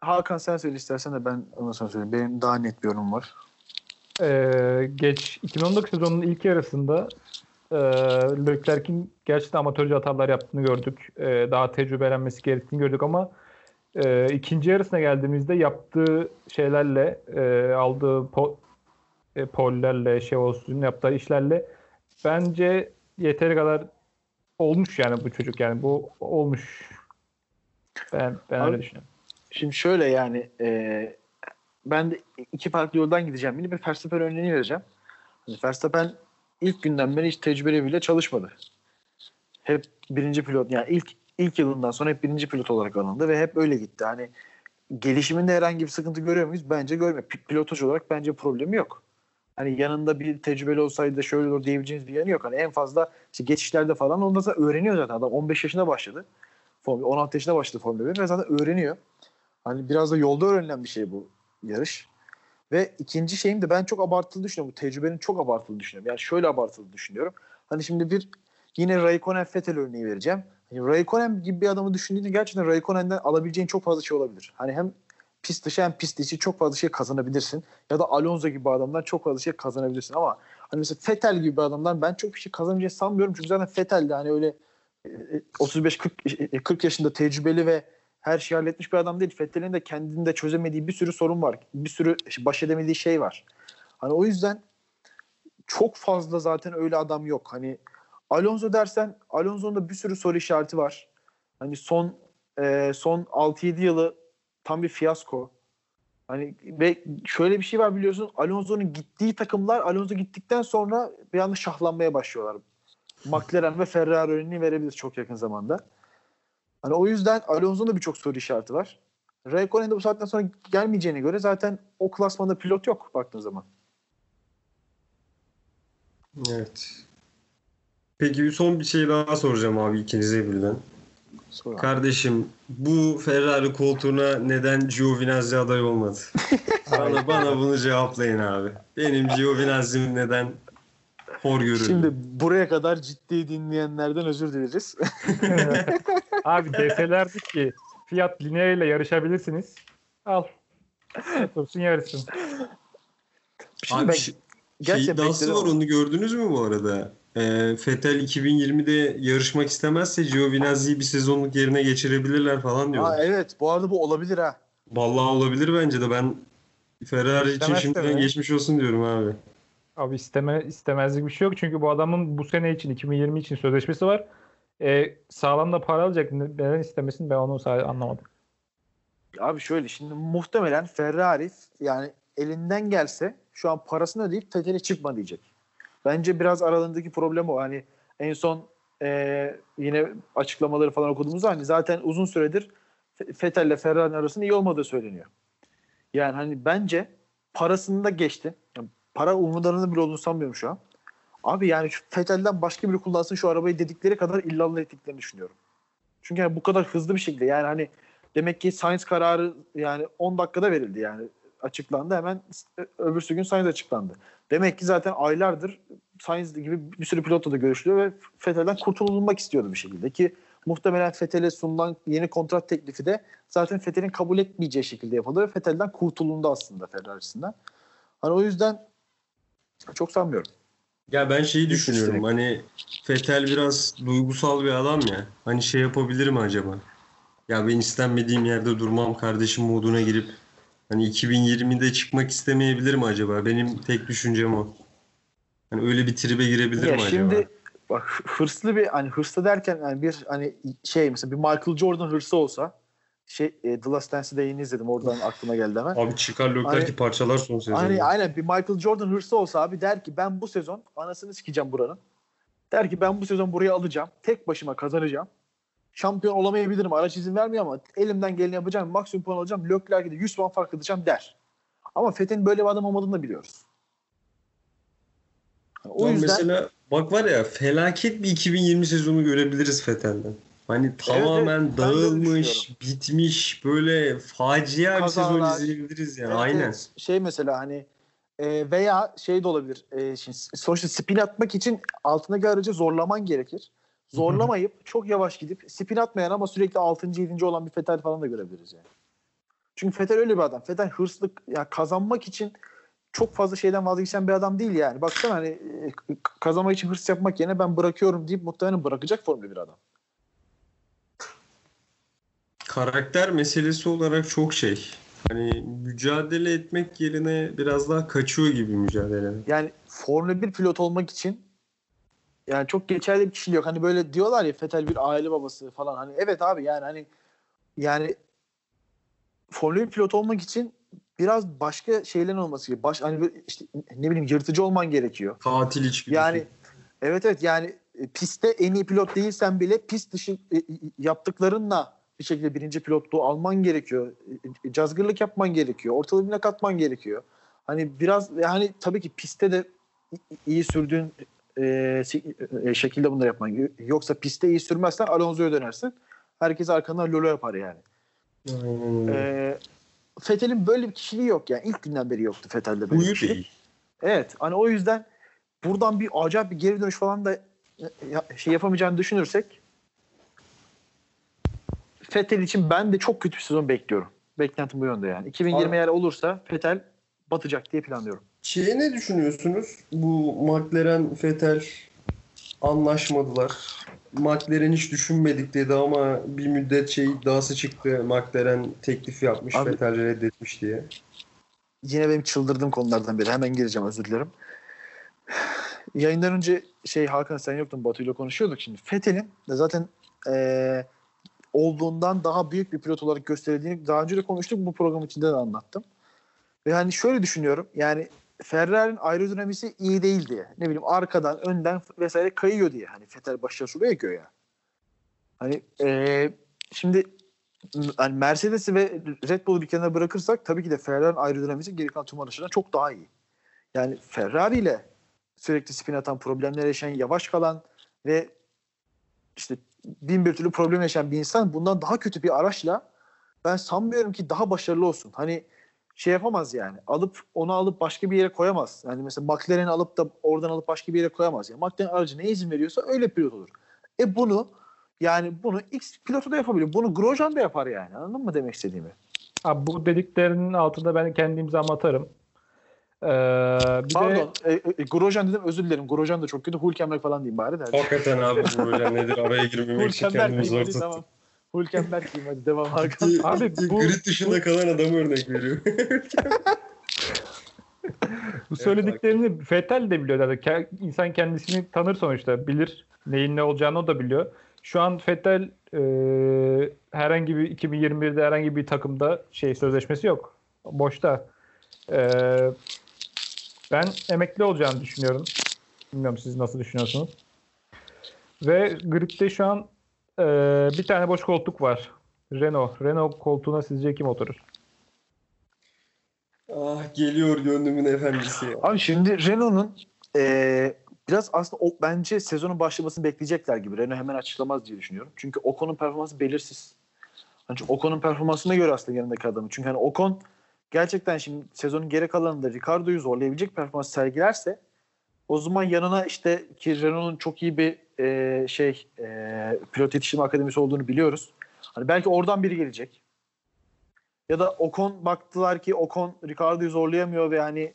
Hakan sen söyle istersen de ben ondan sonra söyleyeyim. Benim daha net bir yorumum var. Geç 2019 sezonunun ilk yarısında Leclerc'in gerçekten amatörce hatalar yaptığını gördük. Daha tecrübelenmesi gerektiğini gördük ama ikinci yarısına geldiğimizde yaptığı şeylerle aldığı pollerle yaptığı işlerle bence yeteri kadar olmuş yani bu çocuk, yani bu olmuş. Ben öyle düşünüyorum. Şimdi şöyle yani ben de iki farklı yoldan gideceğim. Yine bir Verstappen örneğini vereceğim. Yani Verstappen ilk günden beri hiç tecrübeli bile çalışmadı. Hep birinci pilot, yani ilk yılından sonra hep birinci pilot olarak alındı ve hep öyle gitti. Hani gelişiminde herhangi bir sıkıntı görüyor muyuz? Bence görmüyor. Pilotaj olarak bence problemi yok. Hani yanında bir tecrübeli olsaydı da şöyle olur diyebileceğiniz bir yanı yok. Hani en fazla işte geçişlerde falan ondan sonra öğreniyor zaten. Adam 15 yaşında başladı. 16 yaşında başladı Formula 1 ve zaten öğreniyor. Hani biraz da yolda öğrenilen bir şey bu yarış. Ve ikinci şeyim de ben çok abartılı düşünüyorum. Bu tecrübenin çok abartılı düşünüyorum. Yani şöyle abartılı düşünüyorum. Hani şimdi yine Raikkonen Vettel örneği vereceğim. Hani Raikkonen gibi bir adamı düşündüğünde gerçekten Raikkonen'den alabileceğin çok fazla şey olabilir. Hani hem pist dışı hem pist içi çok fazla şey kazanabilirsin. Ya da Alonso gibi bir adamdan çok fazla şey kazanabilirsin. Ama hani mesela Vettel gibi bir adamdan ben çok bir şey kazanabileceğini sanmıyorum. Çünkü zaten Vettel de hani öyle 35-40 yaşında tecrübeli ve her şeyi halletmiş bir adam değil. Vettel'in de kendinde çözemediği bir sürü sorun var. Bir sürü baş edemediği şey var. Hani o yüzden çok fazla zaten öyle adam yok. Hani Alonso dersen Alonso'nun da bir sürü soru işareti var. Hani son 6-7 yılı tam bir fiyasko. Hani ve şöyle bir şey var biliyorsun. Alonso'nun gittiği takımlar Alonso gittikten sonra bir anda şahlanmaya başlıyorlar. McLaren ve Ferrari örneğini verebiliriz çok yakın zamanda. Hani o yüzden Alonso'nun da birçok soru işareti var. Raikkonen'in de bu saatten sonra gelmeyeceğine göre zaten o klasmanda pilot yok baktığın zaman. Evet. Peki son bir şey daha soracağım abi ikinize birden. Sonra. Kardeşim bu Ferrari koltuğuna neden Giovinazzi aday olmadı? bana bunu cevaplayın abi. Benim Giovinazzi'm neden hor görüldü? Şimdi buraya kadar ciddi dinleyenlerden özür dileriz. Abi deselerdi ki Fiat Linea ile yarışabilirsiniz. Al. Otursun yarışsın. Şimdi Abi ben şey gerçekten iddiası bekledim var, ama. onu gördünüz mü bu arada? Vettel 2020'de yarışmak istemezse Giovinazzi'yi bir sezonluk yerine geçirebilirler falan diyorlar. Evet, bu arada bu olabilir ha. Vallahi olabilir bence de. Ben Ferrari için İstemezse şimdiden mi? geçmiş olsun diyorum abi. Abi istemezlik bir şey yok. Çünkü bu adamın bu sene için 2020 için sözleşmesi var. Sağlam da para alacak. Neden istemesin, ben onu sadece anlamadım. Abi şöyle şimdi muhtemelen Ferrari yani elinden gelse şu an parasını ödeyip Vettel'e çıkma diyecek. Bence biraz aralarındaki problem o. Hani en son yine açıklamaları falan okuduğumuzda hani zaten uzun süredir Vettel ile Ferrari'nin arasında iyi olmadığı söyleniyor. Yani hani bence parasını da geçti. Yani para umurlarında bile olduğunu sanmıyorum şu an. Abi yani şu Vettel'den başka biri kullansın şu arabayı dedikleri kadar illallah ettiklerini düşünüyorum. Çünkü yani bu kadar hızlı bir şekilde yani hani demek ki Sainz kararı yani 10 dakikada verildi yani açıklandı hemen öbürsü gün Sainz açıklandı. Demek ki zaten aylardır Sainz gibi bir sürü pilotla da görüşülüyor ve Vettel'den kurtulmak istiyordu bir şekilde ki muhtemelen Vettel'e sunulan yeni kontrat teklifi de zaten Vettel'in kabul etmeyeceği şekilde yapıldı ve Vettel'den kurtulundu aslında Ferrari'sinden. Hani o yüzden çok sanmıyorum. Ya ben şeyi düşünüyorum. Hani Vettel biraz duygusal bir adam ya. Hani şey yapabilir mi acaba? Ya ben istenmediğim yerde durmam kardeşim moduna girip hani 2020'de çıkmak istemeyebilir mi acaba? Benim tek düşüncem o. Hani öyle bir tribe girebilir Ya mi şimdi acaba? bak hırslı bir hani hırslı derken yani bir hani şey mesela bir Michael Jordan hırsı olsa The Last Dance'i de yeni izledim oradan aklıma geldi hemen. Abi çıkar Leclerc'i Hani- parçalar son sezonda. Aynen bir Michael Jordan hırsı olsa abi der ki ben bu sezon anasını sikeceğim buranın. Der ki ben bu sezon burayı alacağım. Tek başıma kazanacağım. Şampiyon olamayabilirim. Araç izin vermiyor ama elimden geleni yapacağım. Maksimum puan alacağım. Leclerc'e de 100 puan fark atacağım der. Ama Fethi'nin böyle bir adam olmadığını da biliyoruz. O yüzden Mesela bak var ya felaket bir 2020 sezonu görebiliriz Vettel'den. Hani tamamen ben de öyle dağılmış, düşünüyorum. bitmiş, böyle facia bir sezon Kazalar, izleyebiliriz yani. evet, Aynen. evet. Şey mesela hani veya şey de olabilir. Şimdi sonuçta spin atmak için altındaki aracı zorlaman gerekir. Zorlamayıp çok yavaş gidip spin atmayan ama sürekli 6. 7. olan bir Vettel falan da görebiliriz yani. Çünkü Vettel öyle bir adam. Vettel hırslı, ya kazanmak için çok fazla şeyden vazgeçen bir adam değil yani. Baksana hani kazanmak için hırs yapmak yerine ben bırakıyorum deyip muhtemelen bırakacak Formula 1 adam. Karakter meselesi olarak çok şey. Hani mücadele etmek yerine biraz daha kaçıyor gibi mücadele. Yani Formula 1 pilot olmak için yani çok geçerli bir kişiliği yok. Hani böyle diyorlar ya Vettel bir aile babası falan. Hani evet abi yani Formula 1 pilot olmak için biraz başka şeylerin olması gerekiyor. Hani böyle işte ne bileyim yırtıcı olman gerekiyor. Katil içgüdüsü. Yani evet yani pistte en iyi pilot değilsen bile pist dışı yaptıklarınla bir şekilde birinci pilotluğu alman gerekiyor. Cazgırlık yapman gerekiyor. Ortalığı birine katman gerekiyor. Hani biraz yani tabii ki pistte de iyi sürdüğün şekilde bunları yapman gerekiyor. Yoksa pistte iyi sürmezsen Alonso'ya dönersin. Herkes arkandan lolo yapar yani. Vettel'in böyle bir kişiliği yok yani. İlk günden beri yoktu Vettel'de böyle bir kişilik. Evet. Hani o yüzden buradan bir acayip bir geri dönüş falan da yapamayacağını düşünürsek Vettel için ben de çok kötü bir sezon bekliyorum. Beklentim bu yönde yani. 2020 eğer olursa Vettel batacak diye planlıyorum. Ne düşünüyorsunuz? Bu McLaren Vettel anlaşmadılar. McLaren hiç düşünmedik dedi ama bir müddet iddiası çıktı. McLaren teklif yapmış, Abi, Vettel reddetmiş diye. Yine benim çıldırdığım konulardan biri. Hemen gireceğim, özür dilerim. Yayından önce Hakan sen yoktun, Batu'yla konuşuyorduk şimdi. Vettel'in zaten olduğundan daha büyük bir pilot olarak gösterildiğini daha önce de konuştuk. Bu program içinde de anlattım. Ve hani şöyle düşünüyorum. Yani Ferrari'nin aerodinamisi iyi değil diye. Ne bileyim arkadan, önden vesaire kayıyor diye. Hani Vettel başarı şuraya göğe. Hani şimdi hani Mercedes'i ve Red Bull'u bir kenara bırakırsak tabii ki de Ferrari'nin aerodinamisi geri kalan tüm araçlardan çok daha iyi. Yani Ferrari ile sürekli spin atan, problemler yaşayan, yavaş kalan ve işte bin bir türlü problem yaşayan bir insan bundan daha kötü bir araçla ben sanmıyorum ki daha başarılı olsun. Hani yapamaz yani. Onu alıp başka bir yere koyamaz. Yani mesela McLaren'i alıp da oradan alıp başka bir yere koyamaz. Yani McLaren aracı neye izin veriyorsa öyle pilot olur. Bunu X pilotu da yapabilir. Bunu Grosjean da yapar yani. Anladın mı demek istediğimi? Abi bu dediklerinin altında ben kendi imzamı atarım. Pardon. Grosjean dedim, özür dilerim. Grosjean da çok kötü. Hülkenberg falan diyeyim bari. Hakikaten abi Grosjean nedir? Araya girmemek için kendimi zor tuttum. Tamam. Hülkenberg diyeyim hadi devam Hakan. Abi bu grid dışında kalan adamı örnek veriyor. bu söylediklerini Vettel de biliyor. Yani insan kendisini tanır sonuçta. Bilir neyin ne olacağını o da biliyor. Şu an Vettel herhangi bir 2021'de herhangi bir takımda sözleşmesi yok. Boşta. Ben emekli olacağını düşünüyorum. Bilmiyorum siz nasıl düşünüyorsunuz. Ve gridde şu an bir tane boş koltuk var. Renault koltuğuna sizce kim oturur? Geliyor gönlümün efendisi ya. Abi şimdi Renault'un biraz aslında bence sezonun başlamasını bekleyecekler gibi. Renault hemen açıklamaz diye düşünüyorum. Çünkü Ocon'un performansı belirsiz. Hani Ocon'un performansına göre aslında yanındaki adamı. Çünkü hani Ocon gerçekten şimdi sezonun geri kalanında Ricardo'yu zorlayabilecek performans sergilerse o zaman yanına işte ki Renault'un çok iyi bir pilot yetiştirme akademisi olduğunu biliyoruz. Hani belki oradan biri gelecek. Ya da Ocon baktılar ki Ocon Ricardo'yu zorlayamıyor ve hani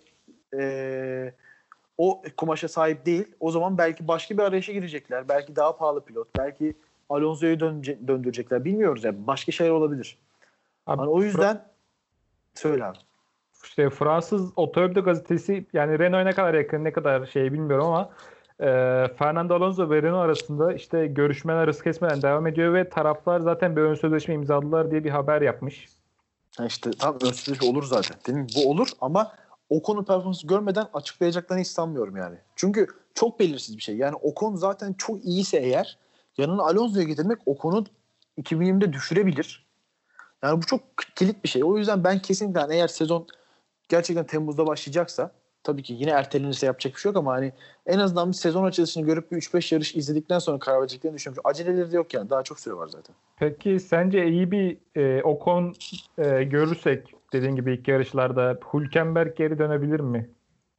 o kumaşa sahip değil. O zaman belki başka bir arayışa girecekler. Belki daha pahalı pilot. Belki Alonso'yu döndürecekler. Bilmiyoruz yani. Başka şeyler olabilir. Abi, hani o yüzden söyle abi. Fransız Otomobil gazetesi yani Renault'a ne kadar yakın ne kadar bilmiyorum ama Fernando Alonso ve Renault arasında işte görüşmeler hız kesmeden devam ediyor ve taraflar zaten bir ön sözleşme imzaladılar diye bir haber yapmış. İşte tam ön sözleşme olur zaten. Dedim bu olur ama Ocon'un performansı görmeden açıklayacaklarını hiç sanmıyorum yani. Çünkü çok belirsiz bir şey. Yani Ocon zaten çok iyiyse eğer yanına Alonso'yu getirmek Ocon'u 2020'de düşürebilir. Yani bu çok kilit bir şey. O yüzden ben kesinlikle eğer sezon gerçekten Temmuz'da başlayacaksa tabii ki yine ertelenirse yapacak bir şey yok ama hani en azından bir sezon açılışını görüp bir 3-5 yarış izledikten sonra karar vereceklerini düşünüyorum. Aceleleri de yok yani. Daha çok süre var zaten. Peki sence iyi bir Ocon görürsek dediğin gibi ilk yarışlarda Hülkenberg geri dönebilir mi?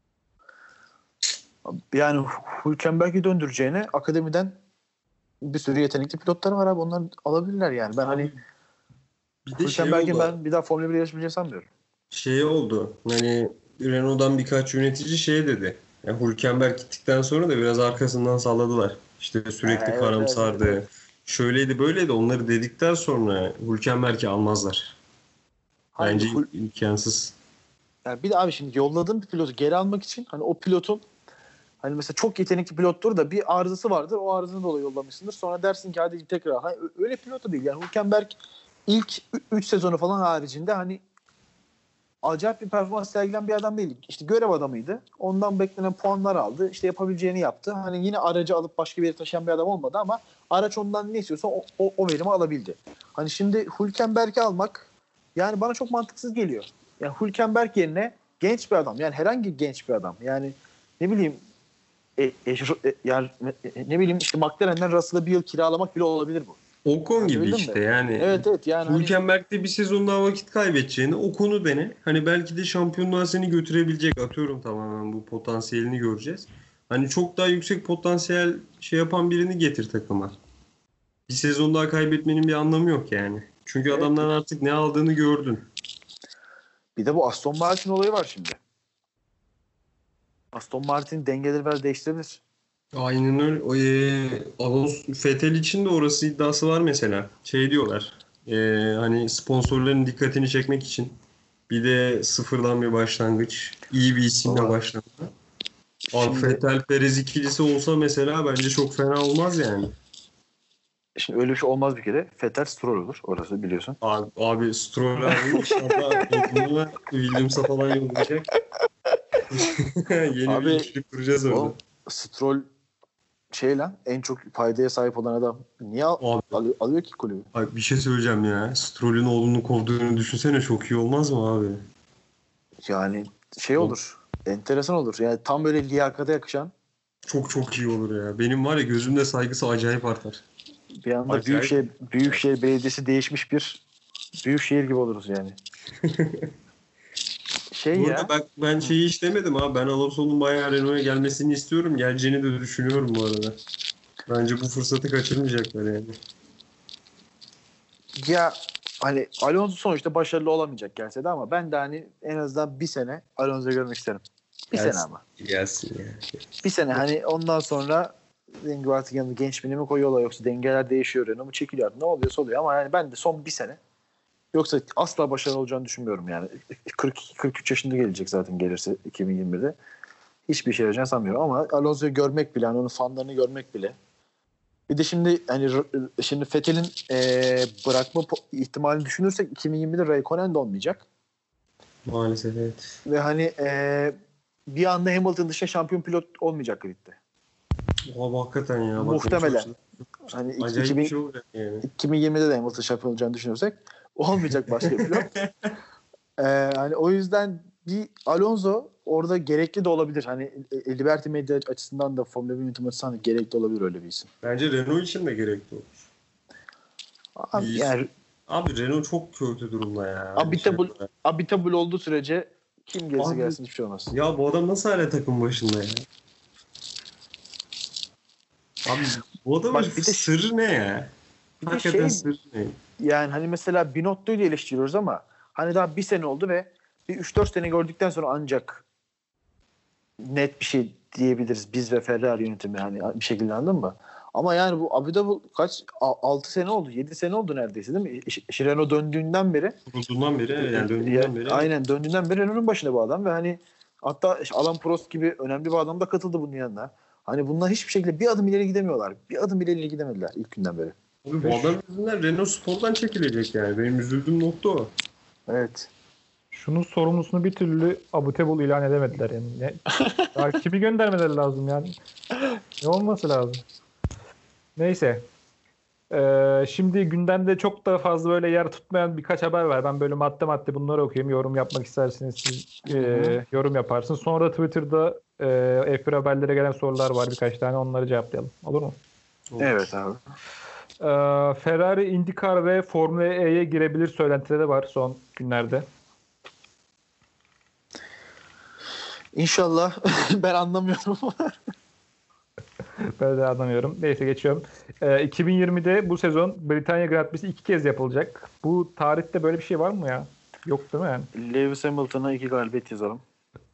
Yani Hülkenberg'i döndüreceğine akademiden bir sürü yetenekli pilotlar var abi. Onlar alabilirler yani. Ben hani Bir de Hülkenberg'in oldu. ben bir daha Formula 1'e yarışmayacağını sanmıyorum. Oldu. Hani Renault'dan birkaç yönetici dedi. Yani Hülkenberg gittikten sonra da biraz arkasından salladılar. İşte sürekli Evet, karamsardı. evet. Şöyleydi böyleydi. Onları dedikten sonra Hülkenberg'i almazlar. Bence imkansız. Yani bir de abi şimdi yolladığın bir pilotu geri almak için hani o pilotun hani mesela çok yetenekli pilottur da bir arızası vardır. O arızasından dolayı yollamışsındır. Sonra dersin ki hadi tekrar. Hani öyle pilot da değil. Yani Hülkenberg ilk 3 sezonu falan haricinde hani acayip bir performans sergilen bir adam değil. İşte görev adamıydı. Ondan beklenen puanlar aldı. İşte yapabileceğini yaptı. Hani yine aracı alıp başka bir yere taşıyan bir adam olmadı ama araç ondan ne istiyorsa o verimi alabildi. Hani şimdi Hülkenberg'i almak yani bana çok mantıksız geliyor. Yani Hülkenberg yerine genç bir adam. Yani herhangi genç bir adam. Yani ne bileyim yani ne bileyim işte McLaren'den Russell'ı bir yıl kiralamak bile olabilir bu. Ocon gibi Anladın işte mı? yani. Evet yani hani Hülkenberg'de bir sezon daha vakit kaybedeceğini Ocon'u dene. Hani belki de şampiyonluğa seni götürebilecek, atıyorum, tamamen bu potansiyelini göreceğiz. Hani çok daha yüksek potansiyel yapan birini getir takıma. Bir sezon daha kaybetmenin bir anlamı yok yani. Çünkü Evet. adamdan artık ne aldığını gördün. bir de bu Aston Martin olayı var şimdi. Aston Martin dengeleri biraz değiştirebilir. Aynen öyle. Alonso, Vettel için de orası iddiası var mesela. Diyorlar. Hani sponsorların dikkatini çekmek için bir de sıfırdan bir başlangıç, iyi bir isimle başlama. Abi Şimdi- Vettel Perez ikilisi olsa mesela bence çok fena olmaz yani. Şimdi öyle bir şey olmaz bir kere. Vettel Stroll olur. Orası biliyorsun. Abi Stroll abi inşallah Edmund'la Williams'a falan yollayacak. Yeni Abi, bir ikili kuracağız orada. O Stroll lan en çok faydaya sahip olan adam. Niye Abi, alıyor ki kulübü? abi bir şey söyleyeceğim ya. Stroll'ün oğlunu kovduğunu düşünsene, çok iyi olmaz mı abi? Yani olur. Enteresan olur. Yani tam böyle liyakata yakışan Çok çok iyi olur ya. Benim var ya, gözümde saygısı acayip artar. bir anda Acayip. Büyükşehir Belediyesi değişmiş bir büyükşehir gibi oluruz yani. Burada ben hiç demedim abi. Ben Alonso'nun bayağı Renault'a gelmesini istiyorum. Geleceğini de düşünüyorum bu arada. Bence bu fırsatı kaçırmayacaklar yani. Ya hani Alonso sonuçta başarılı olamayacak gelse de ama ben de hani en azından bir sene Alonso'yu görmek isterim. Bir sene ama. Gelsin ya. Bir sene hani ondan sonra dediğim gibi artık yanında genç birini mi koyuyorlar yoksa dengeler değişiyor. Renault mu çekiliyor? Ne oluyorsa oluyor ama yani ben de son bir sene yoksa asla başarılı olacağını düşünmüyorum yani. 42-43 yaşında gelecek zaten gelirse 2021'de. Hiçbir şey yarayacağını sanmıyorum ama Alonso'yu görmek bile, hani onun fanlarını görmek bile. Bir de şimdi Vettel'in bırakma ihtimalini düşünürsek 2020'de Raikkonen de olmayacak. Maalesef evet. Ve hani bir anda Hamilton dışında şampiyon pilot olmayacak gridde. Abi hakikaten ya. Muhtemelen. Hani Acayip bir şey olacak yani. 2020'de de Hamilton şampiyon olacağını düşünürsek olmayacak başka bir pilot. Hani o yüzden bir Alonso orada gerekli de olabilir. Hani Liberty Media açısından da Formula 1 yönetimi açısından da gerekli olabilir öyle bir isim. Bence Renault için de gerekli olur. Abi Renault çok kötü durumda ya. Abitable olduğu sürece kim gelirse gelsin hiçbir şey olmaz. Ya bu adam nasıl hala takım başında ya? Abi bu adamın sırrı ne ya? Hakikaten sırrı ne? Yani hani mesela Binotto'yu da eleştiriyoruz ama hani daha bir sene oldu ve bir 3-4 sene gördükten sonra ancak net bir şey diyebiliriz biz ve Ferrari yönetimi, hani bir şekilde, anladın mı? Ama yani bu Abu Dhabi kaç 6 sene oldu, 7 sene oldu neredeyse değil mi? Renault döndüğünden beri. Aynen döndüğünden beri Renault'un başında bu adam ve hani hatta Alain Prost gibi önemli bir adam da katıldı bunun yanına. Hani bunlar hiçbir şekilde bir adım ileri gidemiyorlar. Bir adım ileri gidemediler ilk günden beri. Abi bu adam yüzünden Renault Spor'dan çekilecek yani. Benim üzüldüğüm nokta o. Evet. Şunun sorumlusunu bir türlü Abutable ilan edemediler yani. Daha kimi göndermeleri lazım yani? Ne olması lazım? Neyse. Şimdi gündemde çok da fazla böyle yer tutmayan birkaç haber var. Ben böyle madde bunları okuyayım. Yorum yapmak isterseniz siz yorum yaparsınız. Sonra Twitter'da F1 haberlere gelen sorular var birkaç tane. Onları cevaplayalım. Olur mu? Olur. Evet abi. Ferrari, IndyCar ve Formula E'ye girebilir söylentileri var son günlerde. İnşallah. Ben anlamıyorum. Böyle anlamıyorum. Neyse geçiyorum. 2020'de bu sezon Britanya Grand Prix'si 2 kez yapılacak. Bu tarihte böyle bir şey var mı ya? Yok değil mi yani? Lewis Hamilton'a 2 galibiyet yazalım.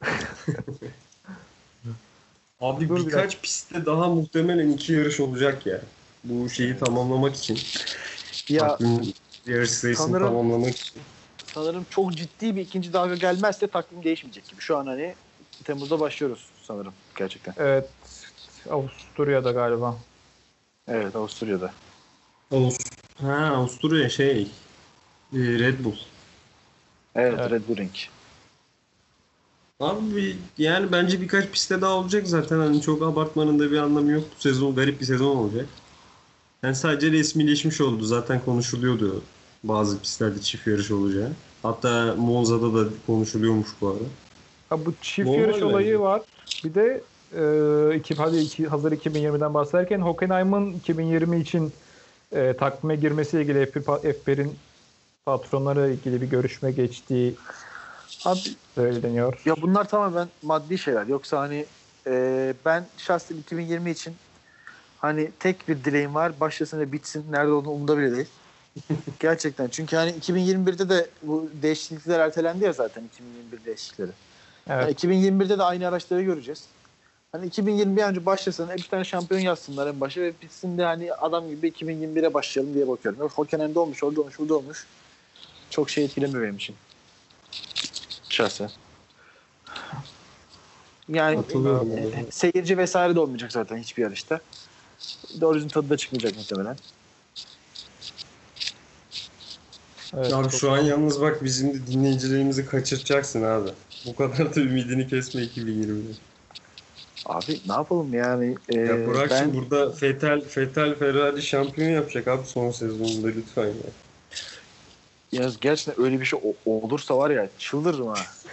Abi Dur bir birkaç pistte daha muhtemelen 2 yarış olacak ya. Bu şeyi tamamlamak için. Ya Takvim yarış sayısını sanırım- tamamlamak için. sanırım çok ciddi bir ikinci dalga gelmezse takvim değişmeyecek gibi. Şu an hani Temmuz'da başlıyoruz sanırım gerçekten. Evet. Avusturya'da galiba. Evet, Avusturya'da. Avusturya Red Bull. Evet, Evet. Red Bull Ring. Abi yani bence birkaç pistte daha olacak zaten. Hani çok abartmanın da bir anlamı yok. Bu sezon garip bir sezon olacak. Yani sadece resmileşmiş oldu. Zaten konuşuluyordu bazı pistlerde çift yarış olacağı. Hatta Monza'da da konuşuluyormuş bu arada. Ha, bu çift Normal yarış bence. olayı var. Bir de hazır 2020'den bahsederken Hockenheim'ın 2020 için takvime girmesiyle ilgili F1'in patronlarıyla ilgili bir görüşme geçtiği Abi söyleniyor. ya bunlar tamamen maddi şeyler. Yoksa hani ben şahsen 2020 için hani tek bir dileğim var. Başlasın ve bitsin. Nerede olduğunu umurumda bile değil. Gerçekten. Çünkü hani 2021'de de bu değişiklikler ertelendi ya zaten 2021 değişiklikleri. Yani Evet. 2021'de de aynı araçları göreceğiz. Hani 2020 bir an önce başlasın. Bir tane şampiyon yazsınlar en başa ve bitsin de hani adam gibi 2021'e başlayalım diye bakıyorum. Yok Hockenheim'de olmuş, orada olmuş, burada olmuş. Çok şey etkilemiyor benim için. Şahsen. Yani Katılıyorum. seyirci vesaire de olmayacak zaten hiçbir yarışta. Doğru düzgün tadı da çıkmayacak muhtemelen. Evet. Abi şu an yalnız bak bizim de dinleyicilerimizi kaçıracaksın abi. Bu kadar da ümidini kesme 2020'de. Abi ne yapalım yani? Ya Burak Ben şimdi burada Vettel Ferrari şampiyon yapacak abi son sezonunda lütfen ya. ya gerçekten öyle bir şey olursa var ya çıldırırım ha.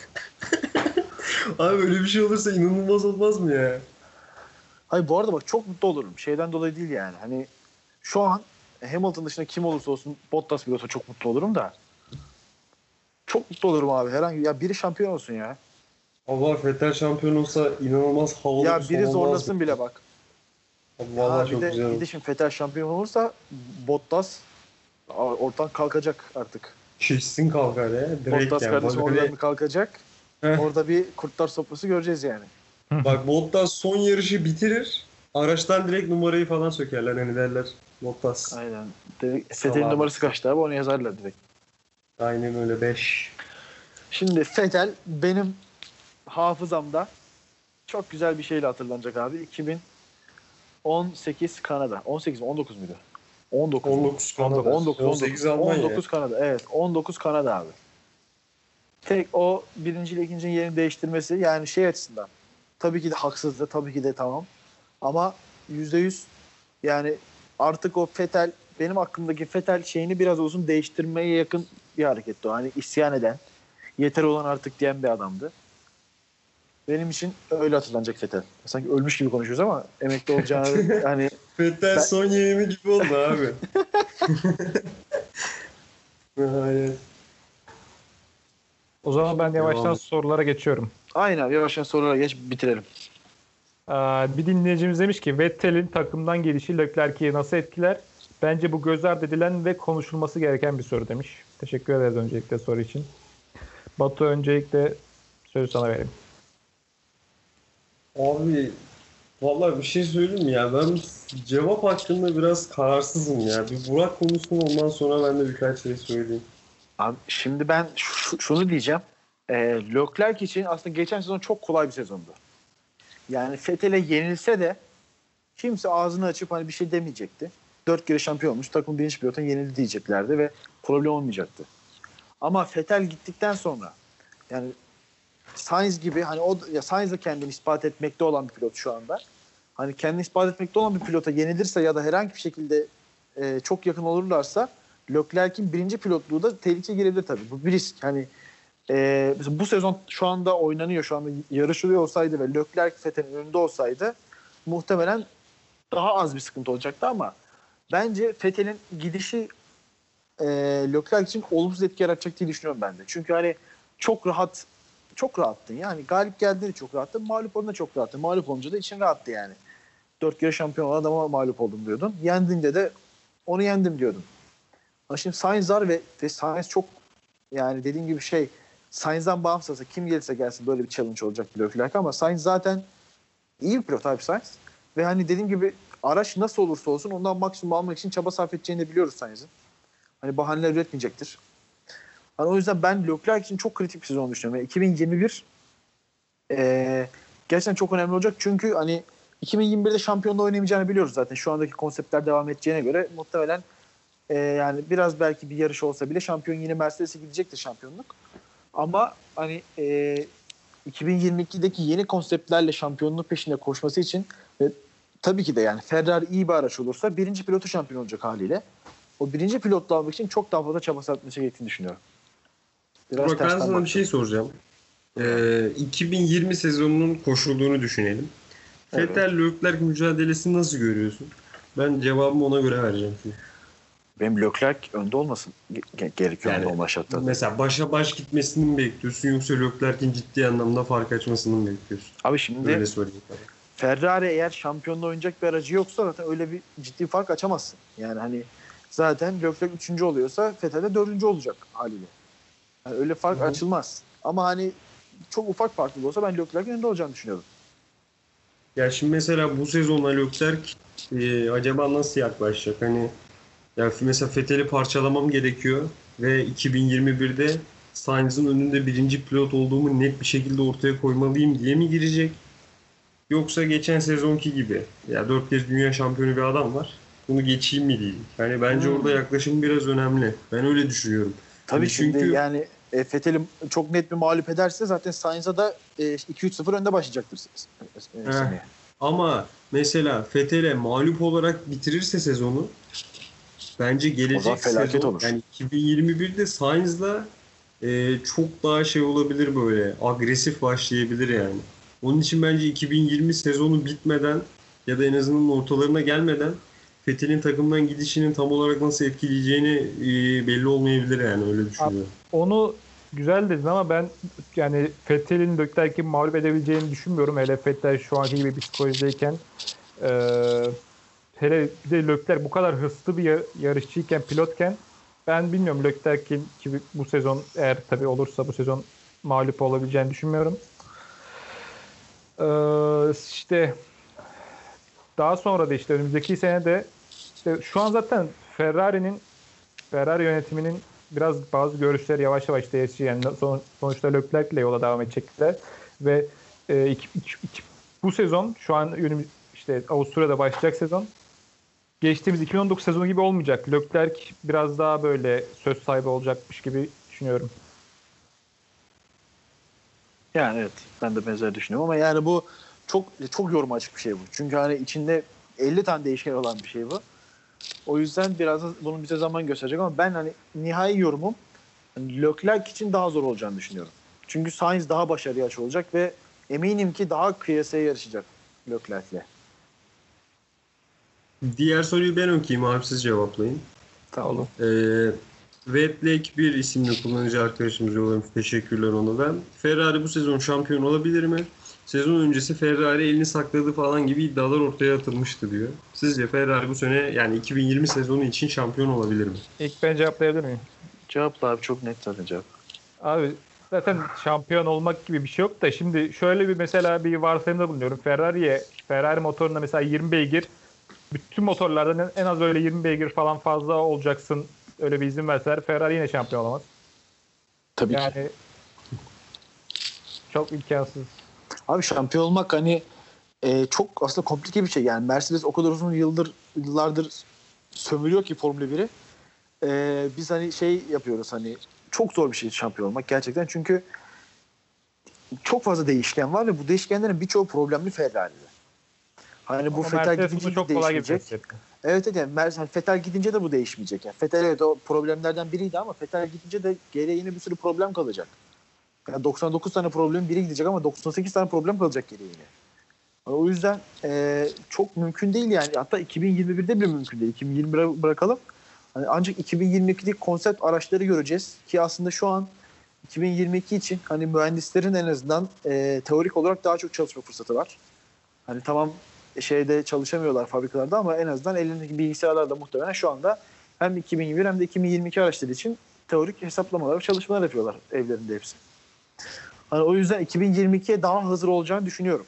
Abi öyle bir şey olursa inanılmaz olmaz mı ya? Hayır bu arada bak çok mutlu olurum. Şeyden dolayı değil yani. Hani şu an Hamilton dışında kim olursa olsun Bottas bile olsa çok mutlu olurum da. Çok mutlu olurum abi. Herhangi ya biri şampiyon olsun ya. Allah Vettel şampiyon olsa inanılmaz havalı Ya bir biri son zorlasın olmaz. bile bak. Vallahi Bir çok de, güzel bir olur. de şimdi Vettel şampiyon olursa Bottas ortadan kalkacak artık. Kesin kalkar ya. Direkt Bottas yani. kardeşim Bak, oradan bir kalkacak. Heh. Orada bir kurtlar sofrası göreceğiz yani. bak Bottas son yarışı bitirir. Araçtan direkt numarayı falan sökerler. Hani derler Bottas. Aynen. Sağ Vettel'in ol. numarası kaçtı abi onu yazarlar direkt. Aynen öyle 5. Şimdi Vettel benim hafızamda çok güzel bir şeyle hatırlanacak abi. 2018 Kanada. 18 mi 19 muydu? 19. 19 Kanada. 18 Almanya. 19 Kanada. Evet. 19 Kanada abi. Tek o birinci ile ikincinin yerini değiştirmesi yani şey açısından tabii ki de haksızdı. Tabii ki de tamam. Ama %100 yani artık o Vettel benim aklımdaki Vettel şeyini biraz olsun değiştirmeye yakın bir hareketti o. Hani isyan eden, yeter olan artık diyen bir adamdı. Benim için öyle hatırlanacak Vettel. Sanki ölmüş gibi konuşuyoruz ama emekli olacağını hani Vettel son yeğeni gibi oldu abi. Aynen. O zaman ben yavaştan Devam et. sorulara geçiyorum. aynen yavaş yavaş sorulara geç bitirelim. Bir dinleyicimiz demiş ki Vettel'in takımdan gelişi Leclerc'i nasıl etkiler? Bence bu göz ardı edilen ve konuşulması gereken bir soru demiş. Teşekkür ederiz öncelikle soru için. Batu öncelikle sözü sana vereyim. Abi vallahi bir şey söyleyeyim mi ya, ben cevap hakkında biraz kararsızım ya. Bir Burak konuşsun, ondan sonra ben de birkaç şey söyleyeyim. Abi şimdi ben şunu diyeceğim. Leclerc için aslında geçen sezon çok kolay bir sezondu. Yani Vettel'e yenilse de kimse ağzını açıp hani bir şey demeyecekti. 4 kere şampiyon olmuş. Takım birinci pilotun yenildi diyeceklerdi ve problem olmayacaktı. Ama Vettel gittikten sonra yani Sainz gibi hani o ya Sainz de kendini ispat etmekte olan bir pilot şu anda. Hani kendini ispat etmekte olan bir pilota yenilirse ya da herhangi bir şekilde çok yakın olurlarsa Leclerc'in birinci pilotluğu da tehlikeye girebilir tabii. Bu bir risk. Hani mesela bu sezon şu anda oynanıyor. Şu anda yarışılıyor olsaydı ve Leclerc Vettel'in önünde olsaydı muhtemelen daha az bir sıkıntı olacaktı ama bence Vettel'in gidişi Leclerc için olumsuz etki yaratacak diye düşünüyorum ben de. Çünkü hani çok rahattın. Yani galip geldiğinde çok rahattın. Mağlup olunca çok rahattın. Mağlup olunca da için rahattı yani. 4 kere şampiyon olan adama mağlup oldum diyordun. Yendiğinde de onu yendim diyordun. Ama şimdi Sainz var ve Sainz çok, yani dediğim gibi Sainz'dan bağımsız kim gelirse gelsin böyle bir challenge olacak Leclerc, ama Sainz zaten iyi bir pilot abi Sainz. Ve hani dediğim gibi araç nasıl olursa olsun ondan maksimum almak için çaba sarf edeceğini de biliyoruz Sainz'in. Hani bahaneler üretmeyecektir. Hani o yüzden ben Leclerc için çok kritik bir sezon düşünüyorum. Yani 2021 gerçekten çok önemli olacak. Çünkü hani 2021'de şampiyonla oynayamayacağını biliyoruz zaten. Şu andaki konseptler devam edeceğine göre muhtemelen yani biraz belki bir yarış olsa bile şampiyon yine Mercedes'e gidecektir şampiyonluk. Ama hani 2022'deki yeni konseptlerle şampiyonluğun peşinde koşması için ve tabii ki de yani Ferrari iyi bir araç olursa birinci pilotu şampiyon olacak haliyle. O birinci pilotla almak için çok daha fazla çaba sarf etmesi gerektiğini düşünüyorum. Burak, ben sana bir şey soracağım. 2020 sezonunun koşulduğunu düşünelim. Evet. Vettel-Leclerc mücadelesini nasıl görüyorsun? Ben cevabımı ona göre vereceğim şimdi. Benim Leclerc önde olmasın gerekiyor Yani normal şartlarda. mesela başa baş gitmesini mi bekliyorsun yoksa Leclerc'in ciddi anlamda fark açmasını mı bekliyorsun? Abi şimdi Öyle sorayım. Ferrari eğer şampiyonla oynayacak bir aracı yoksa zaten öyle bir ciddi fark açamazsın. Yani hani zaten Leclerc 3. oluyorsa Vettel de 4. olacak haliyle. Yani öyle fark açılmaz. Ama hani çok ufak farklı olsa ben Leclerc'in önde olacağını düşünüyorum. Ya şimdi mesela bu sezonla Leclerc acaba nasıl yaklaşacak? Hani ya mesela Vettel'i parçalamam gerekiyor ve 2021'de Sainz'ın önünde birinci pilot olduğumu net bir şekilde ortaya koymalıyım diye mi girecek? Yoksa geçen sezonki gibi ya 4 kez dünya şampiyonu bir adam var. Bunu geçeyim mi diyecek? Yani bence orada yaklaşım biraz önemli. Ben öyle düşünüyorum. Tabii Yani şimdi yani Vettel'i çok net bir mağlup ederse zaten Sainz'a da 2-3-0 önde başlayacaktır seneye. Ama mesela Vettel'e mağlup olarak bitirirse sezonu bence gelecek sezon olur. Yani 2021'de Sainz'la çok daha olabilir, böyle agresif başlayabilir yani. Onun için bence 2020 sezonu bitmeden ya da en azından ortalarına gelmeden Vettel'in takımdan gidişinin tam olarak nasıl etkileyeceğini belli olmayabilir yani, öyle düşünüyorum. Onu güzel dedin ama ben yani Vettel'in Leclerc'i mağlup edebileceğini düşünmüyorum. Hele Vettel şu anki gibi bir psikolojideyken hele bir de Leclerc bu kadar hırslı bir yarışçıyken, pilotken ben bilmiyorum Leclerc'in bu sezon eğer tabii olursa bu sezon mağlup olabileceğini düşünmüyorum. İşte daha sonra da işte önümüzdeki sene de işte şu an zaten Ferrari yönetiminin biraz bazı görüşleri yavaş yavaş değişiyor. Yani sonuçta Leclerc ile yola devam edecekler ve bu sezon şu an işte Avusturya'da başlayacak sezon geçtiğimiz 2019 sezonu gibi olmayacak. Leclerc biraz daha böyle söz sahibi olacakmış gibi düşünüyorum. Yani evet, ben de benzer düşünüyorum ama yani bu çok yoruma açık bir şey bu. Çünkü hani içinde 50 tane değişken olan bir şey bu. O yüzden biraz da bunun bize zaman gösterecek ama ben hani nihai yorumum hani Leclerc için daha zor olacağını düşünüyorum. Çünkü Sainz daha başarıya açık olacak ve eminim ki daha kıyasaya yarışacak Leclerc'le. Diğer soruyu ben okuyayım abi, siz cevaplayın. Tamam. Vetlek bir isimli kullanıcı arkadaşımız yollamış. Teşekkürler ona da. Ferrari bu sezon şampiyon olabilir mi? Sezon öncesi Ferrari elini sakladı falan gibi iddialar ortaya atılmıştı diyor. Sizce Ferrari bu sene yani 2020 sezonu için şampiyon olabilir mi? İlk ben cevaplayabilir miyim? Cevapla abi, çok net zaten cevap. Abi zaten şampiyon olmak gibi bir şey yok da şimdi şöyle bir mesela bir varsayımda bulunuyorum. Ferrari motorunda mesela 20 beygir, bütün motorlardan en az böyle 20 beygir falan fazla olacaksın. Öyle bir izin verseler Ferrari yine şampiyon olamaz. Tabii yani, ki. Çok imkansız. Abi şampiyon olmak hani çok aslında komplike bir şey. Yani Mercedes o kadar uzun yıllardır sömürüyor ki Formula 1'i. Biz hani yapıyoruz, hani çok zor bir şey şampiyon olmak gerçekten. Çünkü çok fazla değişken var ve bu değişkenlerin birçoğu problemli Ferrari'de. Hani bu Vettel gidince de değişmeyecek. Evet yani Vettel gidince de bu değişmeyecek. Yani Vettel evet o problemlerden biriydi ama Vettel gidince de geriye yine bir sürü problem kalacak. Yani 99 tane problem biri gidecek ama 98 tane problem kalacak geriye yine. Yani o yüzden çok mümkün değil yani. Hatta 2021'de bile mümkün değil. 2021'e bırakalım. Hani ancak 2022'de konsept araçları göreceğiz ki aslında şu an 2022 için hani mühendislerin en azından teorik olarak daha çok çalışma fırsatı var. Hani tamam şeyde çalışamıyorlar fabrikalarda ama en azından elindeki bilgisayarlarda muhtemelen şu anda hem 2021 hem de 2022 araçları için teorik hesaplamalar ve çalışmalar yapıyorlar evlerinde hepsi. Hani o yüzden 2022'ye daha hazır olacağını düşünüyorum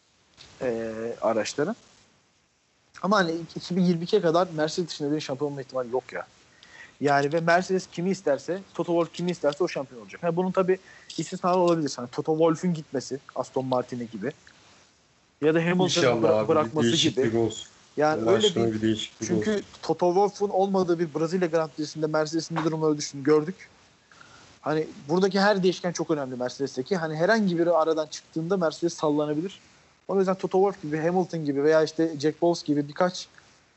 araçların. Ama hani 2022'ye kadar Mercedes dışında bir şampiyon olma ihtimali yok ya. Yani ve Mercedes kimi isterse, Toto Wolff kimi isterse o şampiyon olacak. Yani bunun tabii istisnaları olabilir. Hani Toto Wolff'un gitmesi, Aston Martin'e gibi. Ya da Hamilton'ı bırakması gibi. Olsun. Yani öyle bir değişiklik çünkü olsun. Toto Wolff'un olmadığı bir Brezilya Grand Prix'sinde Mercedes'in de durumları düştüğünü gördük. Hani buradaki her değişken çok önemli Mercedes'teki. Hani herhangi biri aradan çıktığında Mercedes sallanabilir. O yüzden Toto Wolff gibi, Hamilton gibi veya işte Jack Bowles gibi birkaç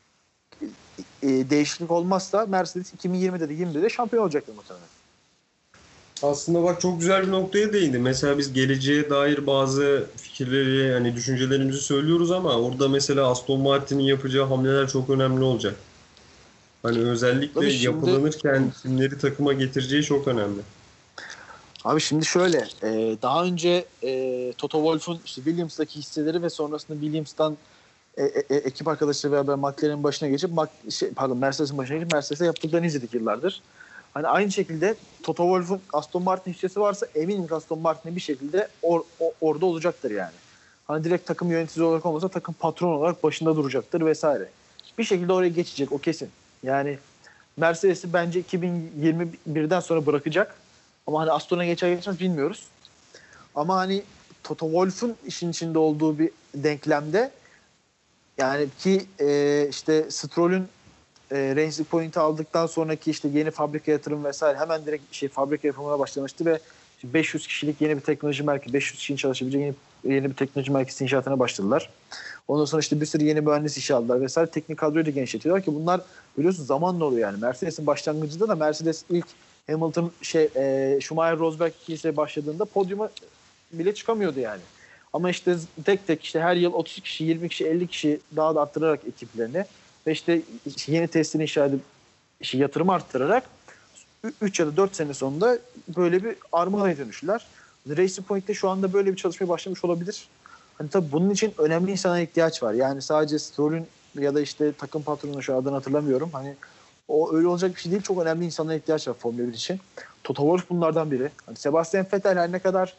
değişiklik olmazsa Mercedes 2020'de de 20'de de şampiyon olacaktır muhtemelen. Aslında bak çok güzel bir noktaya değindi. Mesela biz geleceğe dair bazı fikirleri, hani düşüncelerimizi söylüyoruz ama orada mesela Aston Martin'in yapacağı hamleler çok önemli olacak. Hani özellikle Tabii şimdi, yapılanırken kimleri takıma getireceği çok önemli. Abi şimdi şöyle, daha önce Toto Wolff'un işte Williams'daki hisseleri ve sonrasında Williams'tan ekip arkadaşları beraber McLaren'in başına geçip Mercedes'in başına geçip Mercedes'e yaptıklarını izledik yıllardır. Hani aynı şekilde Toto Wolff'un Aston Martin hissesi varsa eminim ki Aston Martin'e bir şekilde orada olacaktır yani. Hani direkt takım yöneticisi olarak olmasa takım patron olarak başında duracaktır vesaire. Bir şekilde oraya geçecek, o kesin. Yani Mercedes'i bence 2021'den sonra bırakacak. Ama hani Aston'a geçmez bilmiyoruz. Ama hani Toto Wolff'un işin içinde olduğu bir denklemde yani ki işte Stroll'ün Racing Point'i aldıktan sonraki işte yeni fabrika yatırım vesaire hemen direkt fabrika yapımına başlamıştı ve 500 kişilik yeni bir teknoloji merkezi, 500 kişinin çalışabileceği yeni bir teknoloji merkezi inşaatına başladılar. Ondan sonra işte bir sürü yeni mühendis işe aldılar vesaire. Teknik kadroyu da genişletiyorlar ki bunlar biliyorsun zamanla oluyor yani. Mercedes'in başlangıcında da Mercedes ilk Hamilton Schumacher Rosberg ikilisiyle başladığında podyuma bile çıkamıyordu yani. Ama işte tek tek işte her yıl 30 kişi, 20 kişi, 50 kişi daha da arttırarak ekiplerini ve işte yeni testini inşa edip yatırımı arttırarak 3 ya da 4 sene sonunda böyle bir armadaya dönüştüler. Racing Point'te şu anda böyle bir çalışmaya başlamış olabilir. Hani tabii bunun için önemli insana ihtiyaç var. Yani sadece Stroll'ün ya da işte takım patronu şu adını hatırlamıyorum. Hani o öyle olacak bir şey değil. Çok önemli insanlara ihtiyaç var Formula 1 için. Toto Wolff bunlardan biri. Hani Sebastian Vettel her ne kadar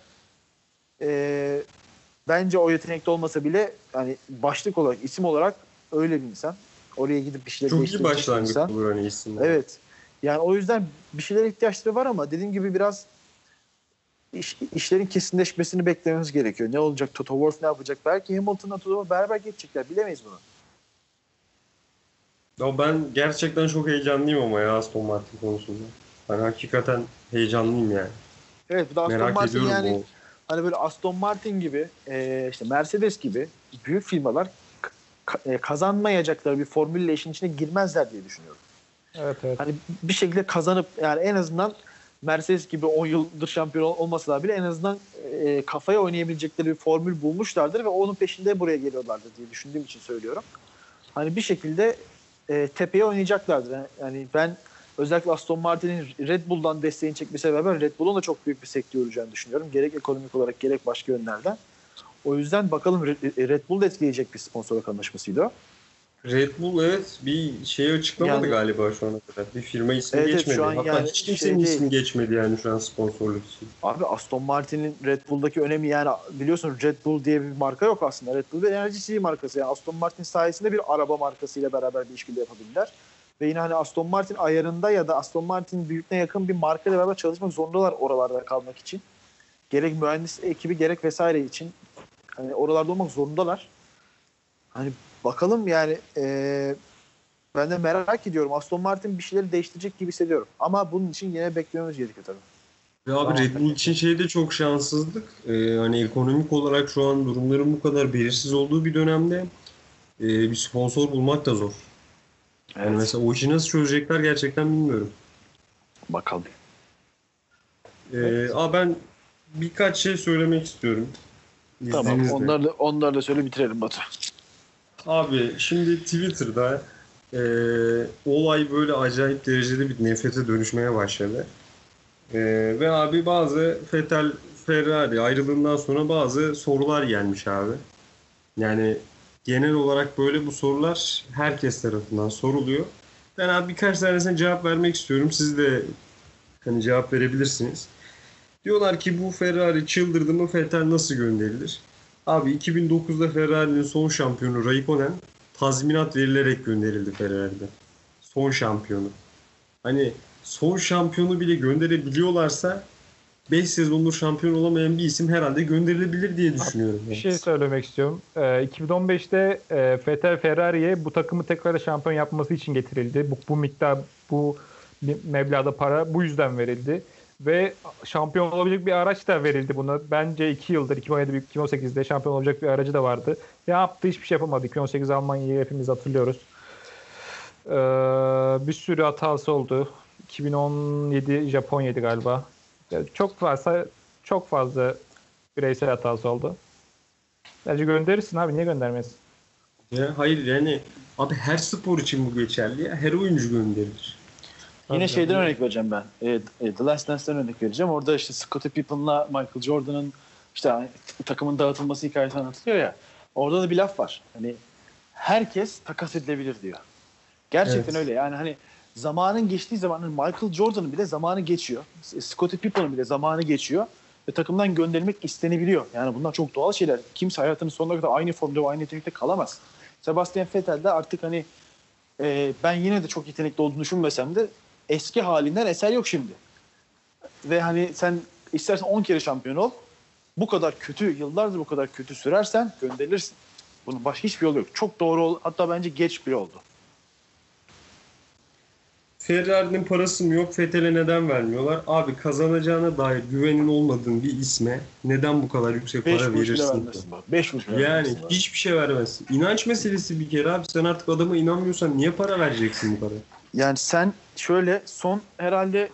bence o yetenekli olmasa bile hani başlık olarak, isim olarak öyle bir insan. Oraya gidip bir şeyler çok değiştirecek iyi başlangıç insan. olur hani isimler. Evet. Yani o yüzden bir şeylere ihtiyaçları var ama dediğim gibi biraz işlerin kesinleşmesini beklememiz gerekiyor. Ne olacak? Toto Wolff ne yapacak? Belki Hamilton'la Toto Wolff beraber geçecekler. Bilemeyiz bunu. Ya ben gerçekten çok heyecanlıyım ama ya Aston Martin konusunda. Hani hakikaten heyecanlıyım yani. Evet, bu da Aston Merak Martin ediyorum yani o. hani böyle Aston Martin gibi işte Mercedes gibi büyük firmalar kazanmayacakları bir formülle işin içine girmezler diye düşünüyorum. Evet. Hani bir şekilde kazanıp yani en azından Mercedes gibi 10 yıldır şampiyon olmasalar bile en azından kafaya oynayabilecekleri bir formül bulmuşlardır ve onun peşinde buraya geliyorlardır diye düşündüğüm için söylüyorum. Hani bir şekilde tepeye oynayacaklardır. Yani ben özellikle Aston Martin'in Red Bull'dan desteğini çekmesiyle beraber Red Bull'un da çok büyük bir sekteye uğrayacağını düşünüyorum. Gerek ekonomik olarak gerek başka yönlerden. O yüzden bakalım Red Bull'u etkileyecek bir sponsorluk anlaşmasıydı o. Red Bull evet bir şey açıklamadı Yani, galiba şu ana kadar. Bir firma ismi evet, geçmedi. şu an Hatta yani hiç kimsenin ismi geçmedi yani şu an sponsorluk için. Abi Aston Martin'in Red Bull'daki önemi yani biliyorsun Red Bull diye bir marka yok aslında. Red Bull bir enerji markası. Yani Aston Martin sayesinde bir araba markasıyla beraber bir işbirliği yapabilirler. Ve yine hani Aston Martin ayarında ya da Aston Martin büyüklüğüne yakın bir markayla beraber çalışmak zorundalar oralarda kalmak için. Gerek mühendis ekibi gerek vesaire için. Hani oralarda olmak zorundalar. Hani bakalım yani ben de merak ediyorum. Aston Martin bir şeyleri değiştirecek gibi hissediyorum. Ama bunun için yine beklememiz gerekiyor tabii. Ve abi Red Bull için şey de çok şanssızlık. Hani ekonomik olarak şu an durumların bu kadar belirsiz olduğu bir dönemde bir sponsor bulmak da zor. Evet. Yani mesela o işi nasıl çözecekler gerçekten bilmiyorum. Bakalım. Ben birkaç şey söylemek istiyorum. Tamam. İzninizle. Onları da söyle bitirelim Batu. Abi şimdi Twitter'da olay böyle acayip derecede bir nefrete dönüşmeye başladı. Ve abi bazı Vettel Ferrari ayrılığından sonra bazı sorular gelmiş abi. Yani genel olarak böyle bu sorular herkes tarafından soruluyor. Ben abi birkaç tanesine cevap vermek istiyorum. Siz de hani cevap verebilirsiniz. Diyorlar ki bu Ferrari çıldırdı mı, Vettel nasıl gönderilir? Abi 2009'da Ferrari'nin son şampiyonu Raikkonen tazminat verilerek gönderildi Ferrari'de. Son şampiyonu. Hani son şampiyonu bile gönderebiliyorlarsa 5 sezondur şampiyon olamayan bir isim herhalde gönderilebilir diye düşünüyorum. Bir şey söylemek istiyorum. 2015'te Vettel Ferrari'ye bu takımı tekrar şampiyon yapması için getirildi. Bu miktar, bu meblağda para bu yüzden verildi. Ve şampiyon olabilecek bir araç da verildi buna. Bence 2 yıldır, 2017-2018'de şampiyon olacak bir aracı da vardı. Ne yaptı? Hiçbir şey yapamadı. 2018 Almanya'yı hepimiz hatırlıyoruz. Bir sürü hatası oldu. 2017 Japonya'ydı galiba. Yani çok fazla bireysel hatası oldu. Bence gönderirsin abi. Niye göndermezsin? Ya hayır yani abi her spor için bu geçerli ya. Her oyuncu gönderilir. Yine şeyden örnek vereceğim ben. The Last Dance'den örnek vereceğim. Orada işte Scottie Pippen'la Michael Jordan'ın işte takımın dağıtılması hikayesi anlatılıyor ya. Orada da bir laf var. Hani herkes takas edilebilir diyor. Gerçekten öyle. Yani hani zamanın geçtiği zaman Michael Jordan'ın bile zamanı geçiyor. Scottie Pippen'ın bile zamanı geçiyor. Ve takımdan gönderilmek istenebiliyor. Yani bunlar çok doğal şeyler. Kimse hayatının sonuna kadar aynı formda ve aynı yetenekte kalamaz. Sebastian Vettel de artık hani ben yine de çok yetenekli olduğunu düşünmesem de eski halinden eser yok şimdi. Ve hani sen istersen 10 kere şampiyon ol. Bu kadar kötü, yıllardır bu kadar kötü sürersen gönderilirsin. Bunun başka hiçbir yolu yok. Çok doğru, hatta bence geç bile oldu. Ferrari'nin parası mı yok? Vettel'e neden vermiyorlar? Abi kazanacağına dair güvenin olmadığın bir isme neden bu kadar yüksek para verirsin? 5 kuruş bile Yani vermezsin. hiçbir şey vermezsin. İnanç meselesi bir kere abi. Sen artık adama inanmıyorsan niye para vereceksin bu kadar? Yani sen şöyle son herhalde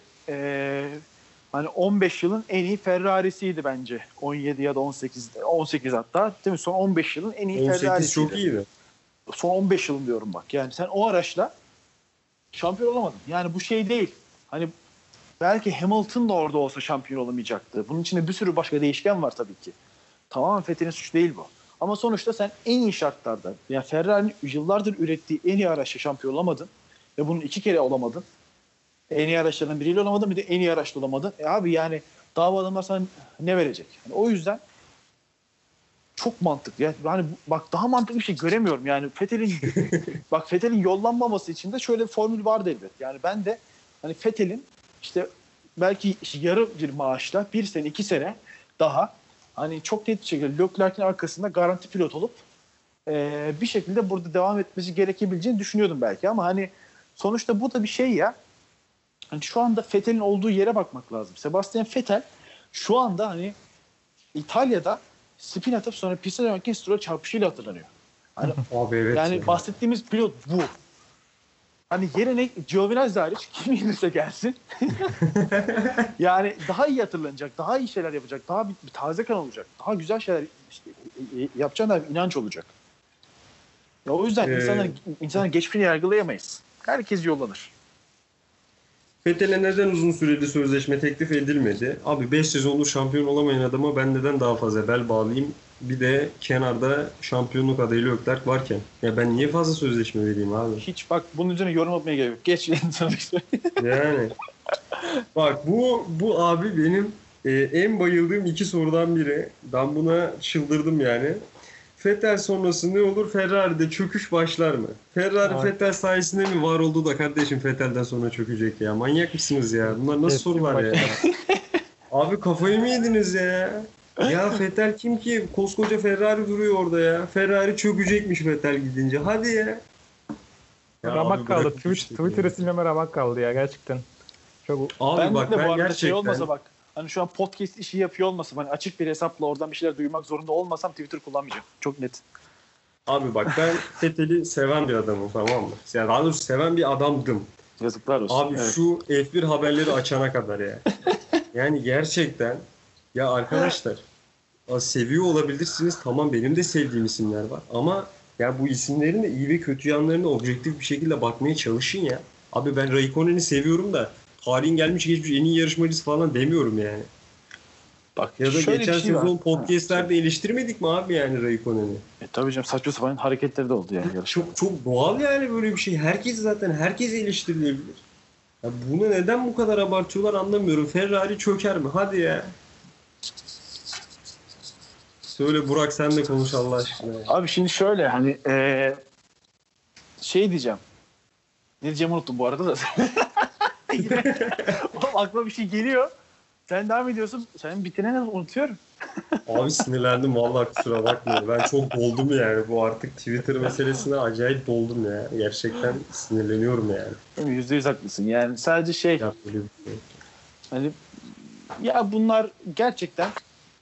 hani 15 yılın en iyi Ferrari'siydi bence. 17 ya da 18 hatta. Değil mi? Son 15 yılın en iyi 18 Ferrari'siydi. çok iyiydi. Son 15 yılın diyorum bak. Yani sen o araçla şampiyon olamadın. Yani bu şey değil. Hani belki Hamilton da orada olsa şampiyon olamayacaktı. Bunun içinde bir sürü başka değişken var tabii ki. Tamamen Vettel'in suçu değil bu. Ama sonuçta sen en iyi şartlarda, yani Ferrari'nin yıllardır ürettiği en iyi araçla şampiyon olamadın. Ve bunun 2 kere olamadın. En iyi araçlardan biriyle olamadın, bir de en iyi araçla olamadın. Abi yani daha bu adamlar sana ne verecek? Yani o yüzden çok mantıklı. Yani hani bak daha mantıklı bir şey göremiyorum. Yani Vettel'in yollanmaması için de şöyle bir formül vardı elbet. Yani ben de hani Vettel'in işte belki yarı bir maaşla 1 sene 2 sene daha hani çok net bir şekilde Leclerc'in arkasında garanti pilot olup bir şekilde burada devam etmesi gerekebileceğini düşünüyordum belki ama hani sonuçta bu da bir şey ya. Hani şu anda Vettel'in olduğu yere bakmak lazım. Sebastian Vettel şu anda hani İtalya'da spin atıp sonra piste dönerken Stroll çarpışıyla hatırlanıyor. Hani, Abi evet. yani bahsettiğimiz pilot bu. Hani yerine Giovinazzi hariç kim gelirse gelsin. Yani daha iyi hatırlanacak, daha iyi şeyler yapacak, daha bir taze kan olacak, daha güzel şeyler işte, yapacağına bir inanç olacak. Ya o yüzden insanların geçmişini yargılayamayız. Herkes yollanır. Vettel'e neden uzun süreli sözleşme teklif edilmedi? Abi 5 sezondur şampiyon olamayan adama ben neden daha fazla bel bağlayayım? Bir de kenarda şampiyonluk adayı Leclerc varken. Ya ben niye fazla sözleşme vereyim abi? Hiç bak bunun üzerine yorum yapmaya gerek yok. Geç Yani. Bak bu abi benim en bayıldığım 2 sorudan biri. Ben buna çıldırdım yani. Vettel sonrası ne olur? Ferrari'de çöküş başlar mı? Ferrari Vettel sayesinde mi var oldu da kardeşim Vettel'den sonra çökecek ya? Manyak mısınız ya? Bunlar nasıl sorular ya? Abi kafayı mı yediniz ya? Ya Vettel kim ki? Koskoca Ferrari duruyor orada ya. Ferrari çökecekmiş Vettel gidince. Hadi ya. Ramak kaldı. Twitter'ı silmeme ramak kaldı ya gerçekten. Çok... Abi ben bak de ben bu arada gerçekten... şey olmasa bak. Hani şu an podcast işi yapıyor olmasam, hani açık bir hesapla oradan bir şeyler duymak zorunda olmasam Twitter kullanmayacağım. Çok net. Abi bak ben Vettel'i seven bir adamım, tamam mı? Yani daha doğrusu seven bir adamdım. Yazıklar olsun. Abi evet. şu F1 haberleri açana kadar ya. Yani gerçekten ya arkadaşlar seviyor olabilirsiniz. Tamam benim de sevdiğim isimler var. Ama ya bu isimlerin de iyi ve kötü yanlarına objektif bir şekilde bakmaya çalışın ya. Abi ben Raikkonen'i seviyorum da tarihin gelmiş geçmiş en iyi yarışmacısı falan demiyorum yani. Bak, Ya da şöyle geçen bir şey var. sezon podcastlerde eleştirmedik mi abi yani Raikkonen'i? Tabii canım, saçma sapan hareketleri de oldu yani yarışmada. Çok doğal yani böyle bir şey. Herkes eleştirilebilir. Ya bunu neden bu kadar abartıyorlar anlamıyorum. Ferrari çöker mi? Hadi ya. Söyle Burak, sen de konuş Allah aşkına. Abi şimdi şöyle hani şey diyeceğim. Ne diyeceğimi unuttum bu arada da. Oğlum aklıma bir şey geliyor. Sen devam ediyorsun. Sen bitirene unutuyorum. Abi sinirlendim vallahi, kusura bakma. Ben çok doldum yani. Bu artık Twitter meselesine acayip doldum ya. Gerçekten sinirleniyorum yani. %100 haklısın. Yani sadece şey Ya böyle bir şey. hani ya bunlar gerçekten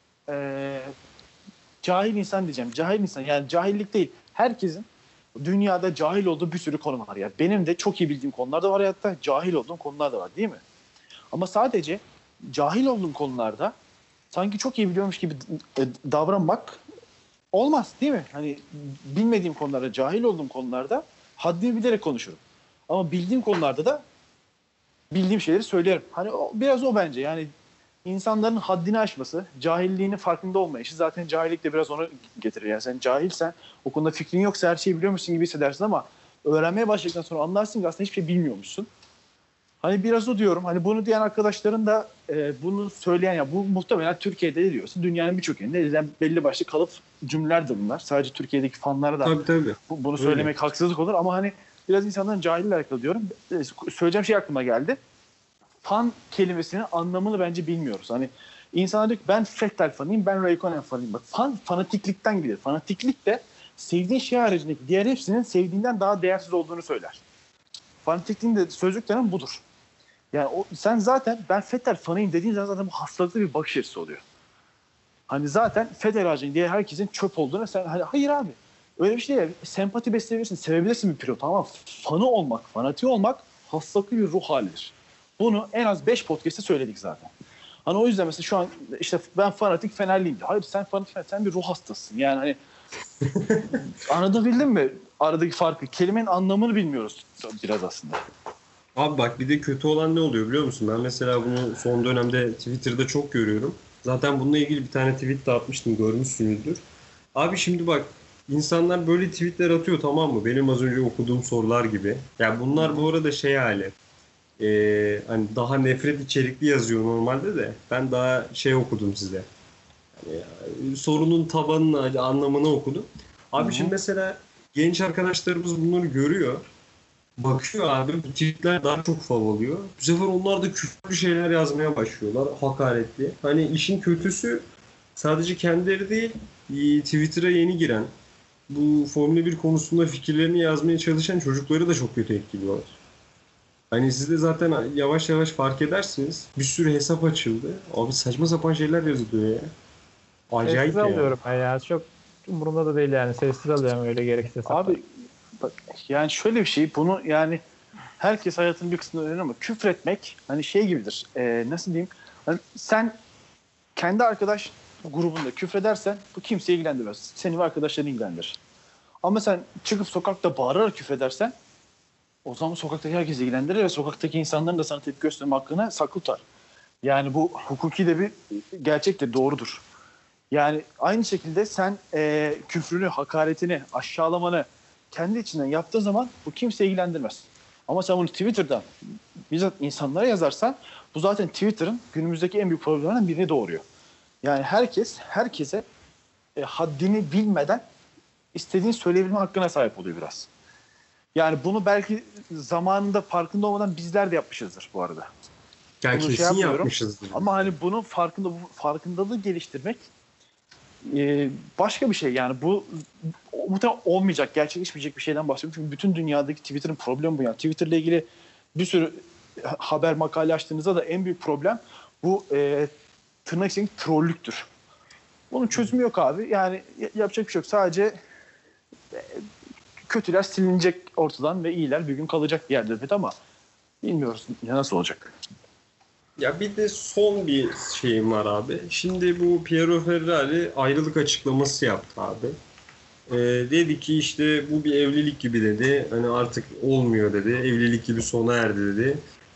cahil insan diyeceğim. Cahil insan, yani cahillik değil. Herkesin dünyada cahil olduğu bir sürü konu var. Yani benim de çok iyi bildiğim konular da var hayatta. Cahil olduğum konular da var değil mi? Ama sadece cahil olduğum konularda sanki çok iyi biliyormuş gibi davranmak olmaz değil mi? Hani bilmediğim konularda, cahil olduğum konularda haddimi bilerek konuşurum. Ama bildiğim konularda da bildiğim şeyleri söylerim. Hani biraz o bence. Yani insanların haddini aşması, cahilliğinin farkında olmayışı, zaten cahillik de biraz onu getirir. Yani sen cahilsen, o konuda fikrin yoksa her şeyi biliyormuşsun gibi hissedersin ama öğrenmeye başladıktan sonra anlarsın ki aslında hiçbir şey bilmiyormuşsun. Hani biraz o diyorum. Hani bunu diyen arkadaşların da bunu söyleyen, ya bu muhtemelen Türkiye'de de diyorsun. Dünyanın birçok yerinde edilen belli başlı kalıp cümleler de bunlar. Sadece Türkiye'deki fanlara da Tabii. bunu söylemek haksızlık olur ama hani biraz insanların cahille alakalı diyorum. Söyleyeceğim şey aklıma geldi. Fan kelimesinin anlamını bence bilmiyoruz. Hani insanlar diyor ki ben Vettel fanıyım, ben Raikkonen fanıyım. Bak, fanatiklikten gelir. Fanatiklik de sevdiğin şey haricindeki diğer hepsinin sevdiğinden daha değersiz olduğunu söyler. Fanatikliğin de sözcüklerinden budur. Yani sen zaten ben Vettel fanıyım dediğin zaman zaten bu hastalıklı bir bakış açısı oluyor. Hani zaten Vettel haricinde diğer herkesin çöp olduğunu sen, hani hayır abi. Öyle bir şey değil. Sempati besleyebilirsin, sevebilirsin bir pilot ama fanı olmak, fanatiği olmak hastalıklı bir ruh halidir. Bunu en az 5 podcast'te söyledik zaten. Hani o yüzden mesela şu an işte ben fanatik Fenerliyim. Hayır, sen fanatik Fener, sen bir ruh hastasısın. Yani hani anladın mi aradaki farkı? Kelimenin anlamını bilmiyoruz biraz aslında. Abi bak, bir de kötü olan ne oluyor biliyor musun? Ben mesela bunu son dönemde Twitter'da çok görüyorum. Zaten bununla ilgili bir tane tweet de atmıştım, görmüşsünüzdür. Abi şimdi bak, insanlar böyle tweetler atıyor, tamam mı? Benim az önce okuduğum sorular gibi. Ya bunlar bu arada şey hali. Hani daha nefret içerikli yazıyor normalde de. Ben daha şey okudum size. Yani sorunun tabanını, anlamını okudum. Abi şimdi mesela genç arkadaşlarımız bunları görüyor. Bakıyor abi, bu tweetler daha çok fav oluyor. Bu sefer onlar da küfürlü şeyler yazmaya başlıyorlar. Hakaretli. Hani işin kötüsü sadece kendileri değil, Twitter'a yeni giren, bu Formula 1 konusunda fikirlerini yazmaya çalışan çocukları da çok kötü etkiliyorlar. Hani siz de zaten yavaş yavaş fark edersiniz. Bir sürü hesap açıldı. Abi saçma sapan şeyler yazılıyor ya. Acayip Sessiz ya. alıyorum ben ya. Çok umurumda da değil yani. Sessiz alıyorum öyle gereksiz hesaplar. Abi bak, yani şöyle bir şey, bunu yani herkes hayatının bir kısmında öğrenir ama küfretmek hani şey gibidir. Nasıl diyeyim? Hani sen kendi arkadaş grubunda küfredersen bu kimseyi ilgilendirmez. Seni ve arkadaşlarını ilgilendirir. Ama sen çıkıp sokakta bağırarak küfredersen o zaman sokaktaki herkesi ilgilendirir ve sokaktaki insanların da sana tepki gösterme hakkını saklı tutar. Yani bu hukuki de bir gerçektir, doğrudur. Yani aynı şekilde sen küfrünü, hakaretini, aşağılamanı kendi içinden yaptığın zaman bu kimseyi ilgilendirmez. Ama sen bunu Twitter'dan bizzat insanlara yazarsan bu zaten Twitter'ın günümüzdeki en büyük problemlerinden birini doğuruyor. Yani herkese haddini bilmeden istediğini söyleyebilme hakkına sahip oluyor biraz. Yani bunu belki zamanında farkında olmadan bizler de yapmışızdır bu arada. Yani Bunu kesin yapmışızdır. Ama hani bunun farkındalığı geliştirmek başka bir şey. Yani bu muhtemelen olmayacak, gerçekleşmeyecek bir şeyden bahsediyorum. Çünkü bütün dünyadaki Twitter'ın problemi bu. Yani Twitter'la ilgili bir sürü haber, makale açtığınızda da en büyük problem bu tırnak içinde trollüktür. Bunun çözümü yok abi. Yani yapacak bir şey yok. Sadece kötüler silinecek ortadan ve iyiler bir gün kalacak bir yerde. Evet ama bilmiyoruz nasıl olacak. Ya bir de son bir şeyim var abi. Şimdi bu Piero Ferrari ayrılık açıklaması yaptı abi. Dedi ki işte bu bir evlilik gibi dedi. Hani artık olmuyor dedi. Evlilik gibi sona erdi dedi.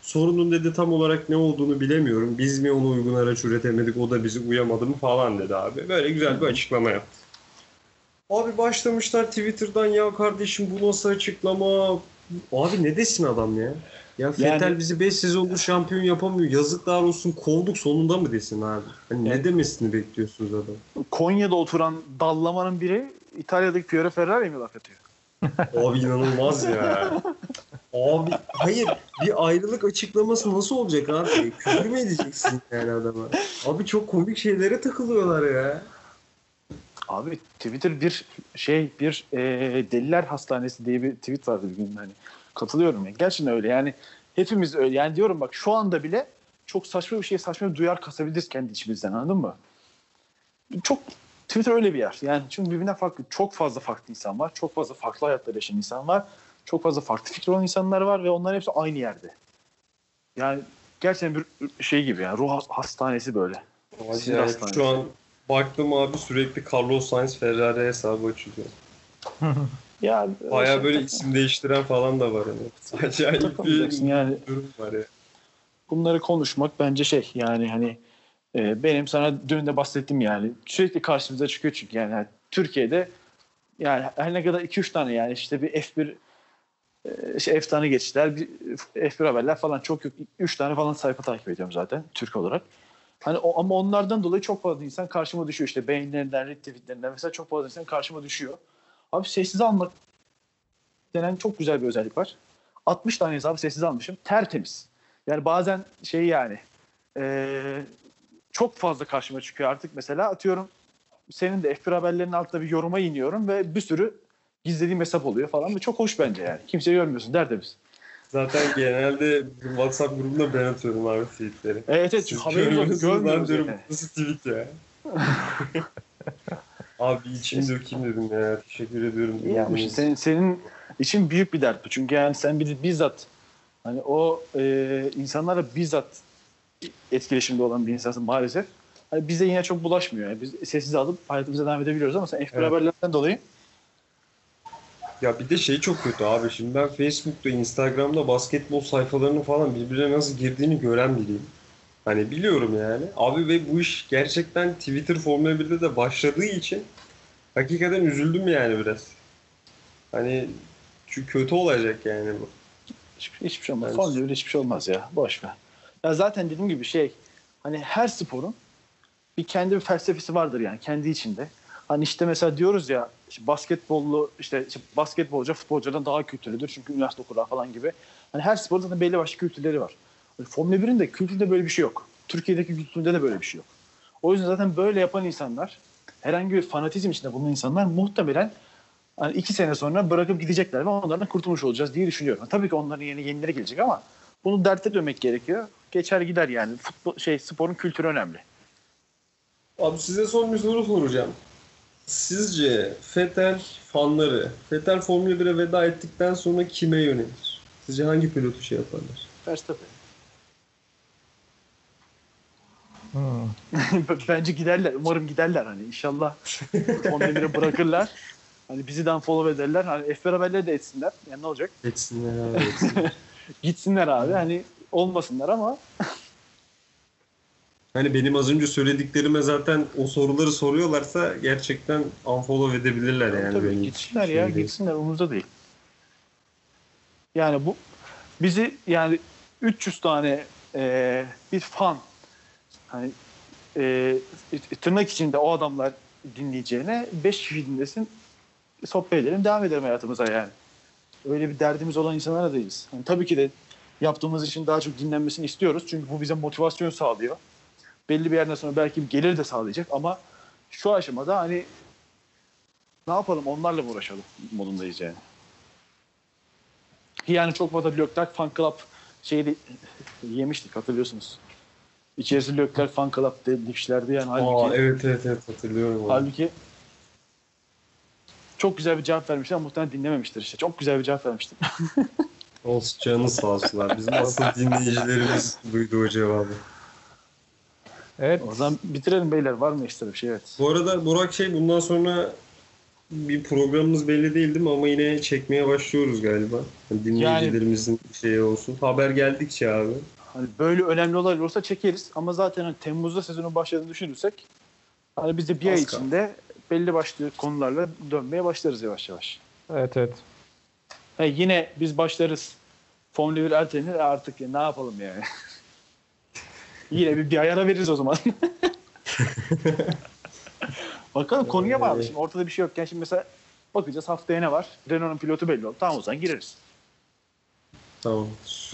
sorunun dedi tam olarak ne olduğunu bilemiyorum. Biz mi ona uygun araç üretemedik, o da bizi uyamadı mı falan dedi abi. Böyle güzel bir açıklama yaptı. Abi başlamışlar Twitter'dan ya kardeşim bu nasıl açıklama? Abi ne desin adam ya? Ya Vettel bizi 5 sezondur şampiyon yapamıyor. Yazıklar olsun kovduk sonunda mı desin abi? Hani ne demesini bekliyorsunuz adam? Konya'da oturan dallamanın biri İtalya'daki Piero Ferrari'ye mi laf atıyor? Abi inanılmaz ya. Abi hayır bir ayrılık açıklaması nasıl olacak abi? Küfür mü edeceksin yani adama? Abi çok komik şeylere takılıyorlar ya. Abi Twitter bir deliler hastanesi diye bir tweet vardı bir gün hani. Katılıyorum ya. Gerçekten öyle yani hepimiz öyle. Yani diyorum bak şu anda bile çok saçma bir duyar kasabiliriz kendi içimizden anladın mı? Çok Twitter öyle bir yer. Yani çünkü birbirinden farklı çok fazla farklı insan var. Çok fazla farklı hayatlar yaşayan insan var. Çok fazla farklı fikir olan insanlar var ve onların hepsi aynı yerde. Yani gerçekten bir şey gibi yani ruh hastanesi böyle. Yani hastanesi. şu an baktım abi sürekli Carlos Sainz Ferrari hesabı açılıyor. Ya bayağı böyle isim değiştiren falan da var hani. Acayip bir yani, durum var ya. Bunları konuşmak bence yani hani benim sana dün de bahsettim yani sürekli karşımıza çıkıyor çünkü yani Türkiye'de yani her ne kadar 2-3 tane yani işte bir F1 F geçtiler, bir F1 haberler falan çok yok. 3 tane falan sayfa takip ediyorum zaten Türk olarak. Hani ama onlardan dolayı çok fazla insan karşıma düşüyor işte beğenilerinden, retweetlerinden mesela çok fazla insan karşıma düşüyor. Abi sessiz almak denen çok güzel bir özellik var. 60 tane hesabı sessiz almışım. Tertemiz. Yani bazen çok fazla karşıma çıkıyor artık mesela atıyorum senin de F1 haberlerinin altında bir yoruma iniyorum ve bir sürü gizlediğim hesap oluyor falan ve çok hoş bence yani. Kimseyi görmüyorsun tertemiz. Zaten genelde WhatsApp grubunda ben atıyorum abi tweetleri. Evet Siz haberimiz yok. Görmüyoruz diyorum, yani. nasıl tweet ya? Abi içim dökeyim dedim ya. Teşekkür ediyorum. İyi yapmışsın. Senin için büyük bir dert bu. Çünkü yani sen bizzat hani o insanlarla bizzat etkileşimde olan bir insansın maalesef. Hani bize yine çok bulaşmıyor. Yani biz sessiz alıp hayatımıza devam edebiliyoruz ama sen F1 haberlerden dolayı ya bir de şey çok kötü abi. Şimdi ben Facebook'ta, Instagram'da basketbol sayfalarının falan birbirine nasıl girdiğini gören biriyim. Hani biliyorum yani. Abi ve bu iş gerçekten Twitter Formula 1'de de başladığı için hakikaten üzüldüm yani biraz. Hani çünkü kötü olacak yani bu. hiçbir şey olmaz. Formula 1'de hiçbir şey olmaz ya. Boş ver. Ya zaten dediğim gibi hani her sporun kendi bir felsefesi vardır yani kendi içinde. Hani işte mesela diyoruz ya işte basketbolcu futbolculardan daha kültürlüdür çünkü üniversite okurlar falan gibi. Hani her sporda zaten belli başlı kültürleri var. Hani Formula 1'in de kültüründe böyle bir şey yok. Türkiye'deki kültüründe de böyle bir şey yok. O yüzden zaten böyle yapan insanlar, herhangi bir fanatizm içinde bulunan insanlar muhtemelen hani 2 sene sonra bırakıp gidecekler ve onlardan kurtulmuş olacağız diye düşünüyorum. Tabii ki onların yenileri gelecek ama bunu dert etmemek gerekiyor. Geçer gider yani. Sporun kültürü önemli. Abi size son bir soru soracağım. Sizce Vettel fanları Vettel Formula 1'e veda ettikten sonra kime yönelir? Sizce hangi pilotu yaparlar? Verstappen. Bence giderler. Umarım giderler hani inşallah Formula 1'e bırakırlar. Hani bizi de follow ederler. Hani F1 haberleri de etsinler. Yani ne olacak? Etsinler abi. Etsinler. Gitsinler abi. Hani olmasınlar ama hani benim az önce söylediklerime zaten o soruları soruyorlarsa gerçekten unfollow edebilirler yani. Tabii gitsinler ya. Gitsinler. Umurumuzda değil. Yani bu bizi yani 300 tane bir fan hani tırnak içinde o adamlar dinleyeceğine 5 kişi dinlesin sohbet edelim devam edelim hayatımıza yani. Öyle bir derdimiz olan insanlar da değiliz. Yani tabii ki de yaptığımız için daha çok dinlenmesini istiyoruz. Çünkü bu bize motivasyon sağlıyor. Belli bir yerden sonra belki gelir de sağlayacak ama şu aşamada hani ne yapalım onlarla mı uğraşalım modundayız yani. Yani çok fazla Leclerc Fan Club yemiştik hatırlıyorsunuz. İçerisi Leclerc Fan Club demişlerdi yani. Halbuki, evet hatırlıyorum. Halbuki çok güzel bir cevap vermişler ama muhtemelen dinlememiştir işte. Çok güzel bir cevap vermiştim. Olsun canı sağ olsunlar. Bizim asıl dinleyicilerimiz duydu o cevabı. Evet. O zaman bitirelim beyler. Var mı ekstra bir şey? Evet. Bu arada Burak bundan sonra bir programımız belli değil değil mi? Ama yine çekmeye başlıyoruz galiba. Yani dinleyicilerimizin şeyi olsun. Haber geldikçe abi. Hani böyle önemli olaylar olursa çekeriz ama zaten hani Temmuz'da sezonun başladığını düşünürsek hani biz de bir ay Az kaldı. içinde belli başlı konularla dönmeye başlarız yavaş yavaş. Evet evet. Yine biz başlarız. Formula 1 ertelenir artık ne yapalım yani. Yine bir ay ara veririz o zaman. Bakalım konuya bağlı. Şimdi ortada bir şey yokken şimdi mesela bakacağız haftaya ne var? Renault'un pilotu belli oldu. Tamam o zaman gireriz. Tamam.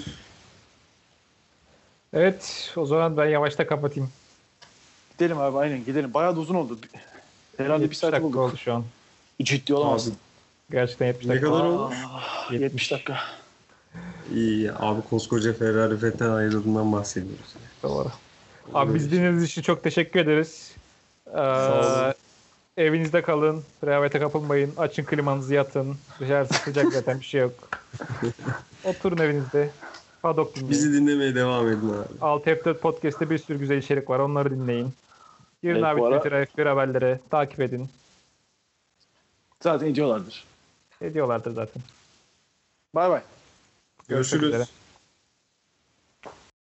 Evet o zaman ben yavaşta kapatayım. Gidelim abi aynen gidelim. Bayağı da uzun oldu. Herhalde bir 70 saat dakika bulduk. oldu şu an. Ciddi olamazsın. Gerçekten 70 Ne dakika. kadar oldu? 70 dakika. İyi abi, koskoca Ferrari Vettel ayrıldığından bahsediyoruz. Doğru. Abi biz dinlediğiniz için çok teşekkür ederiz. olun. Evinizde kalın. Rehavete kapılmayın. Açın klimanızı, yatın. Dışarısı sıcak zaten bir şey yok. Oturun evinizde. Paddock dinleyin. Bizi dinlemeye devam edin abi. Alt F4 Podcast'te bir sürü güzel içerik var. Onları dinleyin. Girin Evet, abi bu ara- Twitter'a, F1 haberlere. Takip edin. Zaten ediyorlardır. Ediyorlardır zaten. Bay bay. Görüşmek Görüşürüz. üzere.